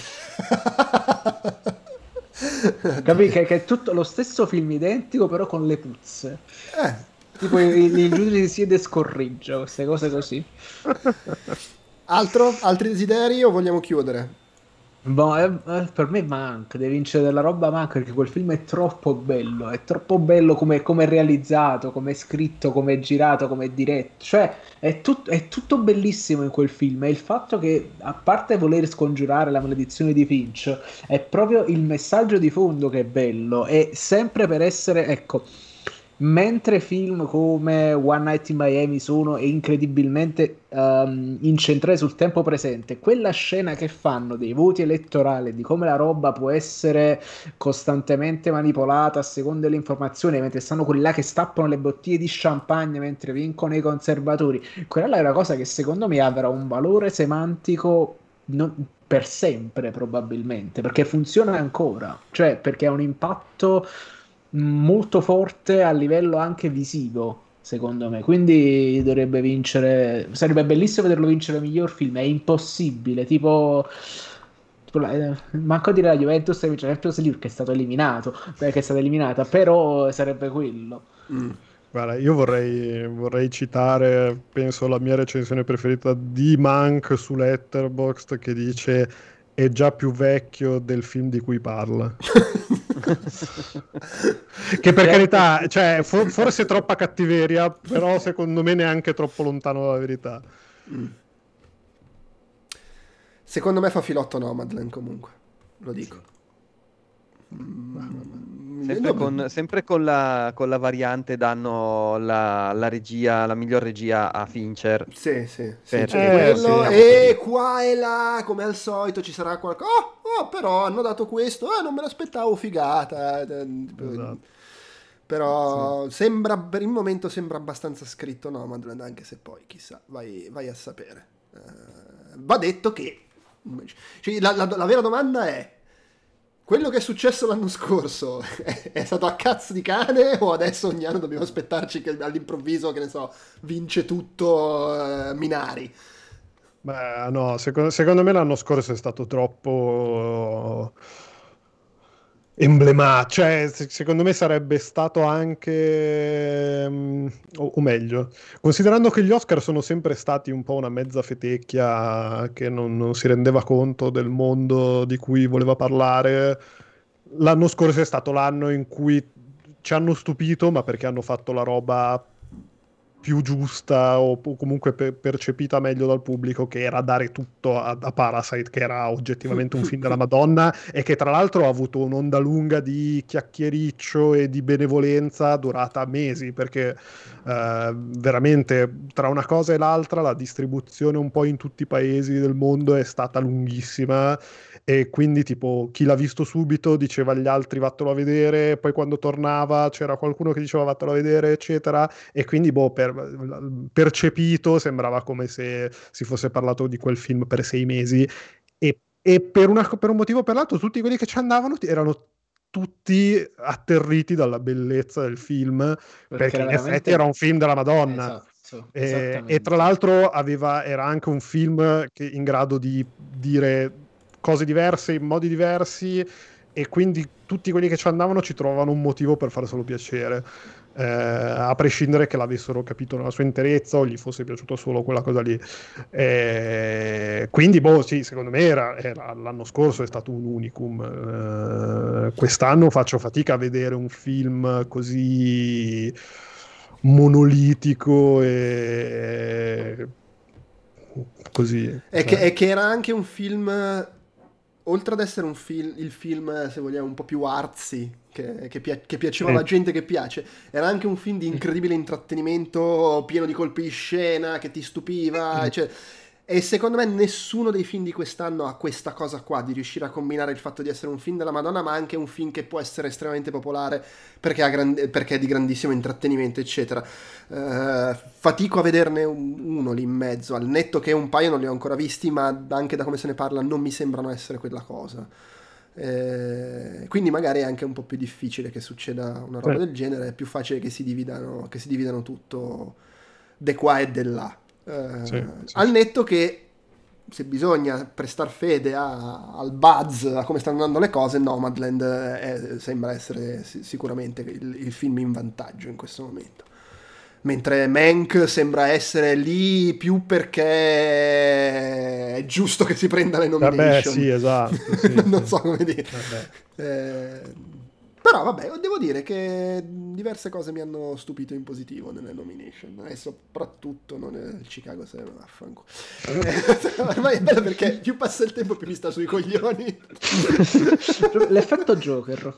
Capì che, che è tutto lo stesso film identico però con le puzze.
Eh.
Tipo il, il giudice si siede e scorreggia, queste cose così.
Altro? Altri desideri o vogliamo chiudere?
Boh, eh, per me manca, deve vincere della roba manca perché quel film è troppo bello, è troppo bello come è realizzato, come è scritto, come è girato, come è diretto, cioè è, tut- è tutto bellissimo in quel film e il fatto che a parte voler scongiurare la maledizione di Finch è proprio il messaggio di fondo che è bello e sempre per essere, ecco, mentre film come One Night in Miami sono incredibilmente um, incentrati sul tempo presente, quella scena che fanno dei voti elettorali, di come la roba può essere costantemente manipolata a seconda delle informazioni, mentre stanno quelli là che stappano le bottiglie di champagne mentre vincono i conservatori, quella là è una cosa che secondo me avrà un valore semantico non, per sempre probabilmente, perché funziona ancora, cioè perché ha un impatto molto forte a livello anche visivo, secondo me, quindi dovrebbe vincere, sarebbe bellissimo vederlo vincere miglior film, è impossibile, tipo, tipo la- eh, manco dire la Juventus che vince la Champions League, che è stato eliminato, beh, che è stata eliminata, però sarebbe quello.
Mm.
Guarda, io vorrei, vorrei citare, penso, la mia recensione preferita di Mank su Letterboxd, che dice è già più vecchio del film di cui parla. Che per carità, cioè, for- forse troppa cattiveria, però secondo me neanche troppo lontano dalla verità.
Mm. Secondo me fa filotto Nomadland, comunque, lo dico. Mm.
Sempre con, sempre con la, con la variante danno la, la regia, la miglior regia a Fincher.
Sì, sì, sì,
Per-
c'è
Eh,
quello,
sì.
e qua e là, come al solito, ci sarà qualcosa. Oh, oh, però hanno dato questo, eh, non me l'aspettavo, figata.
Esatto.
Però sembra, per il momento sembra abbastanza scritto Nomadland, anche se poi, chissà, vai, vai a sapere. Eh, va detto che cioè, la, la, la vera domanda è: quello che è successo l'anno scorso è, è stato a cazzo di cane, o adesso ogni anno dobbiamo aspettarci che all'improvviso, che ne so, vince tutto uh, Minari?
Beh, no, secondo, secondo me l'anno scorso è stato troppo emblematico, cioè se- secondo me sarebbe stato anche, mm, o, o meglio, considerando che gli Oscar sono sempre stati un po' una mezza fetecchia che non, non si rendeva conto del mondo di cui voleva parlare, l'anno scorso è stato l'anno in cui ci hanno stupito, ma perché hanno fatto la roba più giusta o o comunque pe- percepita meglio dal pubblico, che era dare tutto a, a Parasite, che era oggettivamente un film della Madonna e che tra l'altro ha avuto un'onda lunga di chiacchiericcio e di benevolenza durata mesi, perché eh, veramente tra una cosa e l'altra la distribuzione un po' in tutti i paesi del mondo è stata lunghissima, e quindi tipo chi l'ha visto subito diceva agli altri vattelo a vedere, poi quando tornava c'era qualcuno che diceva vattelo a vedere, eccetera, e quindi boh, per, percepito sembrava come se si fosse parlato di quel film per sei mesi, e, e per, una, per un motivo o per l'altro tutti quelli che ci andavano erano tutti atterriti dalla bellezza del film, perché,
era
in
veramente-
effetti era un film della Madonna.
Esatto,
E,
esattamente.
e tra l'altro aveva, era anche un film che in grado di dire cose diverse in modi diversi, e quindi tutti quelli che ci andavano ci trovavano un motivo per farselo piacere, eh, a prescindere che l'avessero capito nella sua interezza o gli fosse piaciuto solo quella cosa lì. Eh, quindi boh, sì, secondo me era, era- l'anno scorso è stato un unicum. Eh, quest'anno faccio fatica a vedere un film così monolitico e così.
È,
cioè.
che, è che era anche un film, oltre ad essere un film, il film, se vogliamo, un po' più artsy, che, che, pia- che piaceva
Sì.
alla gente che piace, era anche un film di incredibile intrattenimento, pieno di colpi di scena, che ti stupiva, cioè, e secondo me nessuno dei film di quest'anno ha questa cosa qua, di riuscire a combinare il fatto di essere un film della Madonna, ma anche un film che può essere estremamente popolare perché, ha grand- perché è di grandissimo intrattenimento, eccetera. Uh, fatico a vederne un- uno lì in mezzo, al netto che un paio non li ho ancora visti, ma anche da come se ne parla non mi sembrano essere quella cosa. Eh, quindi magari è anche un po' più difficile che succeda una roba
Sì.
del genere, è più facile che si dividano, che si dividano tutto de qua e de là. Eh,
Sì, sì,
al
sì.
netto che, se bisogna prestar fede a- al buzz, a come stanno andando le cose, Nomadland è- sembra essere si- sicuramente il, il film in vantaggio in questo momento. Mentre Mank sembra essere lì più perché è giusto che si prenda le
Vabbè,
nomination.
sì, esatto. Sì,
non
sì.
so come dire.
Vabbè.
Eh, però vabbè, devo dire che diverse cose mi hanno stupito in positivo nelle nomination, e soprattutto non è il Chicago sette, vaffanculo. Eh, ormai è bello perché più passa il tempo più mi sta sui coglioni.
L'effetto Joker.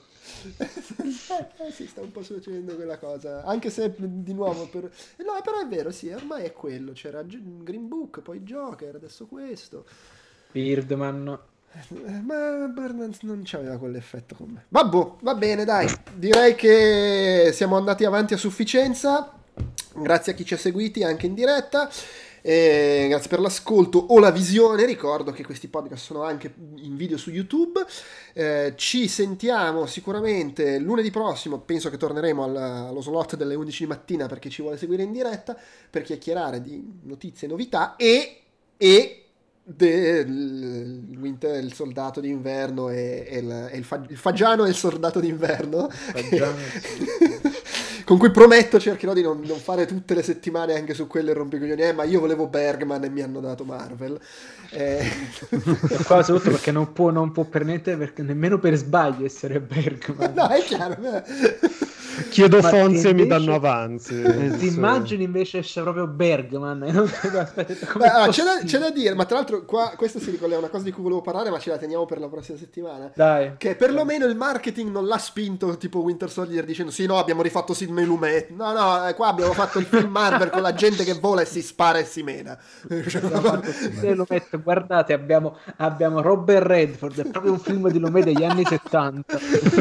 Eh, sì, sta un po' succedendo quella cosa, anche se di nuovo per... eh, no, però è vero, sì, ormai è quello, c'era G- Green Book, poi Joker, adesso questo.
Birdman.
Eh, ma Birdman non c'aveva quell'effetto con me. Vabbè, va bene, dai, direi che siamo andati avanti a sufficienza. Grazie a chi ci ha seguiti anche in diretta. E grazie per l'ascolto o la visione. Ricordo che questi podcast sono anche in video su YouTube. Eh, ci sentiamo sicuramente lunedì prossimo. Penso che torneremo al, allo slot delle undici di mattina, perché ci vuole seguire in diretta per chiacchierare di notizie e novità e, e del Winter, il soldato d'inverno e, e, il, e il, fa, il fagiano e il soldato d'inverno. Fagiano. Con cui prometto cercherò di non, non fare tutte le settimane anche su quelle rompicoglioni, eh, ma io volevo Bergman e mi hanno dato Marvel. Eh...
Qua soprattutto perché non può, non può permettere, perché nemmeno per sbaglio essere Bergman.
No, è chiaro.
Chiedo ma Fonzi e mi danno avanzi.
Ti immagini invece esce proprio Bergman e non aspetta,
Beh, ah, c'è, da, c'è da dire, ma tra l'altro qua questo si ricollega a una cosa di cui volevo parlare, ma ce la teniamo per la prossima settimana.
Dai.
Che perlomeno il marketing non l'ha spinto tipo Winter Soldier dicendo sì, no, abbiamo rifatto Sidney Lumet. No, no, qua abbiamo fatto il film Marvel con la gente che vola e si spara e si mena.
Sidney Lumet, guardate, abbiamo, abbiamo Robert Redford, è proprio un film di Lumet degli anni settanta.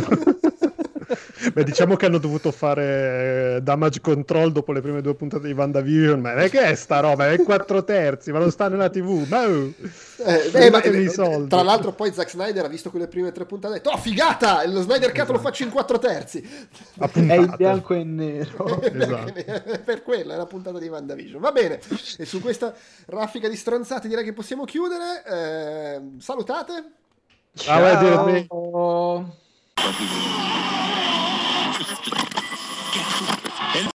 Beh, diciamo che hanno dovuto fare eh, damage control dopo le prime due puntate di WandaVision, ma che è sta roba? È quattro terzi, ma non sta nella tivù. Ma, uh,
eh, beh, ma eh, tra l'altro poi Zack Snyder ha visto quelle prime tre puntate e ha detto oh figata, lo Snyder Cut esatto. Lo faccio in quattro terzi.
È in bianco e nero.
Esatto. Per quello è la puntata di WandaVision. Va bene, e su questa raffica di stronzate direi che possiamo chiudere. Eh, salutate.
Ciao. Ciao.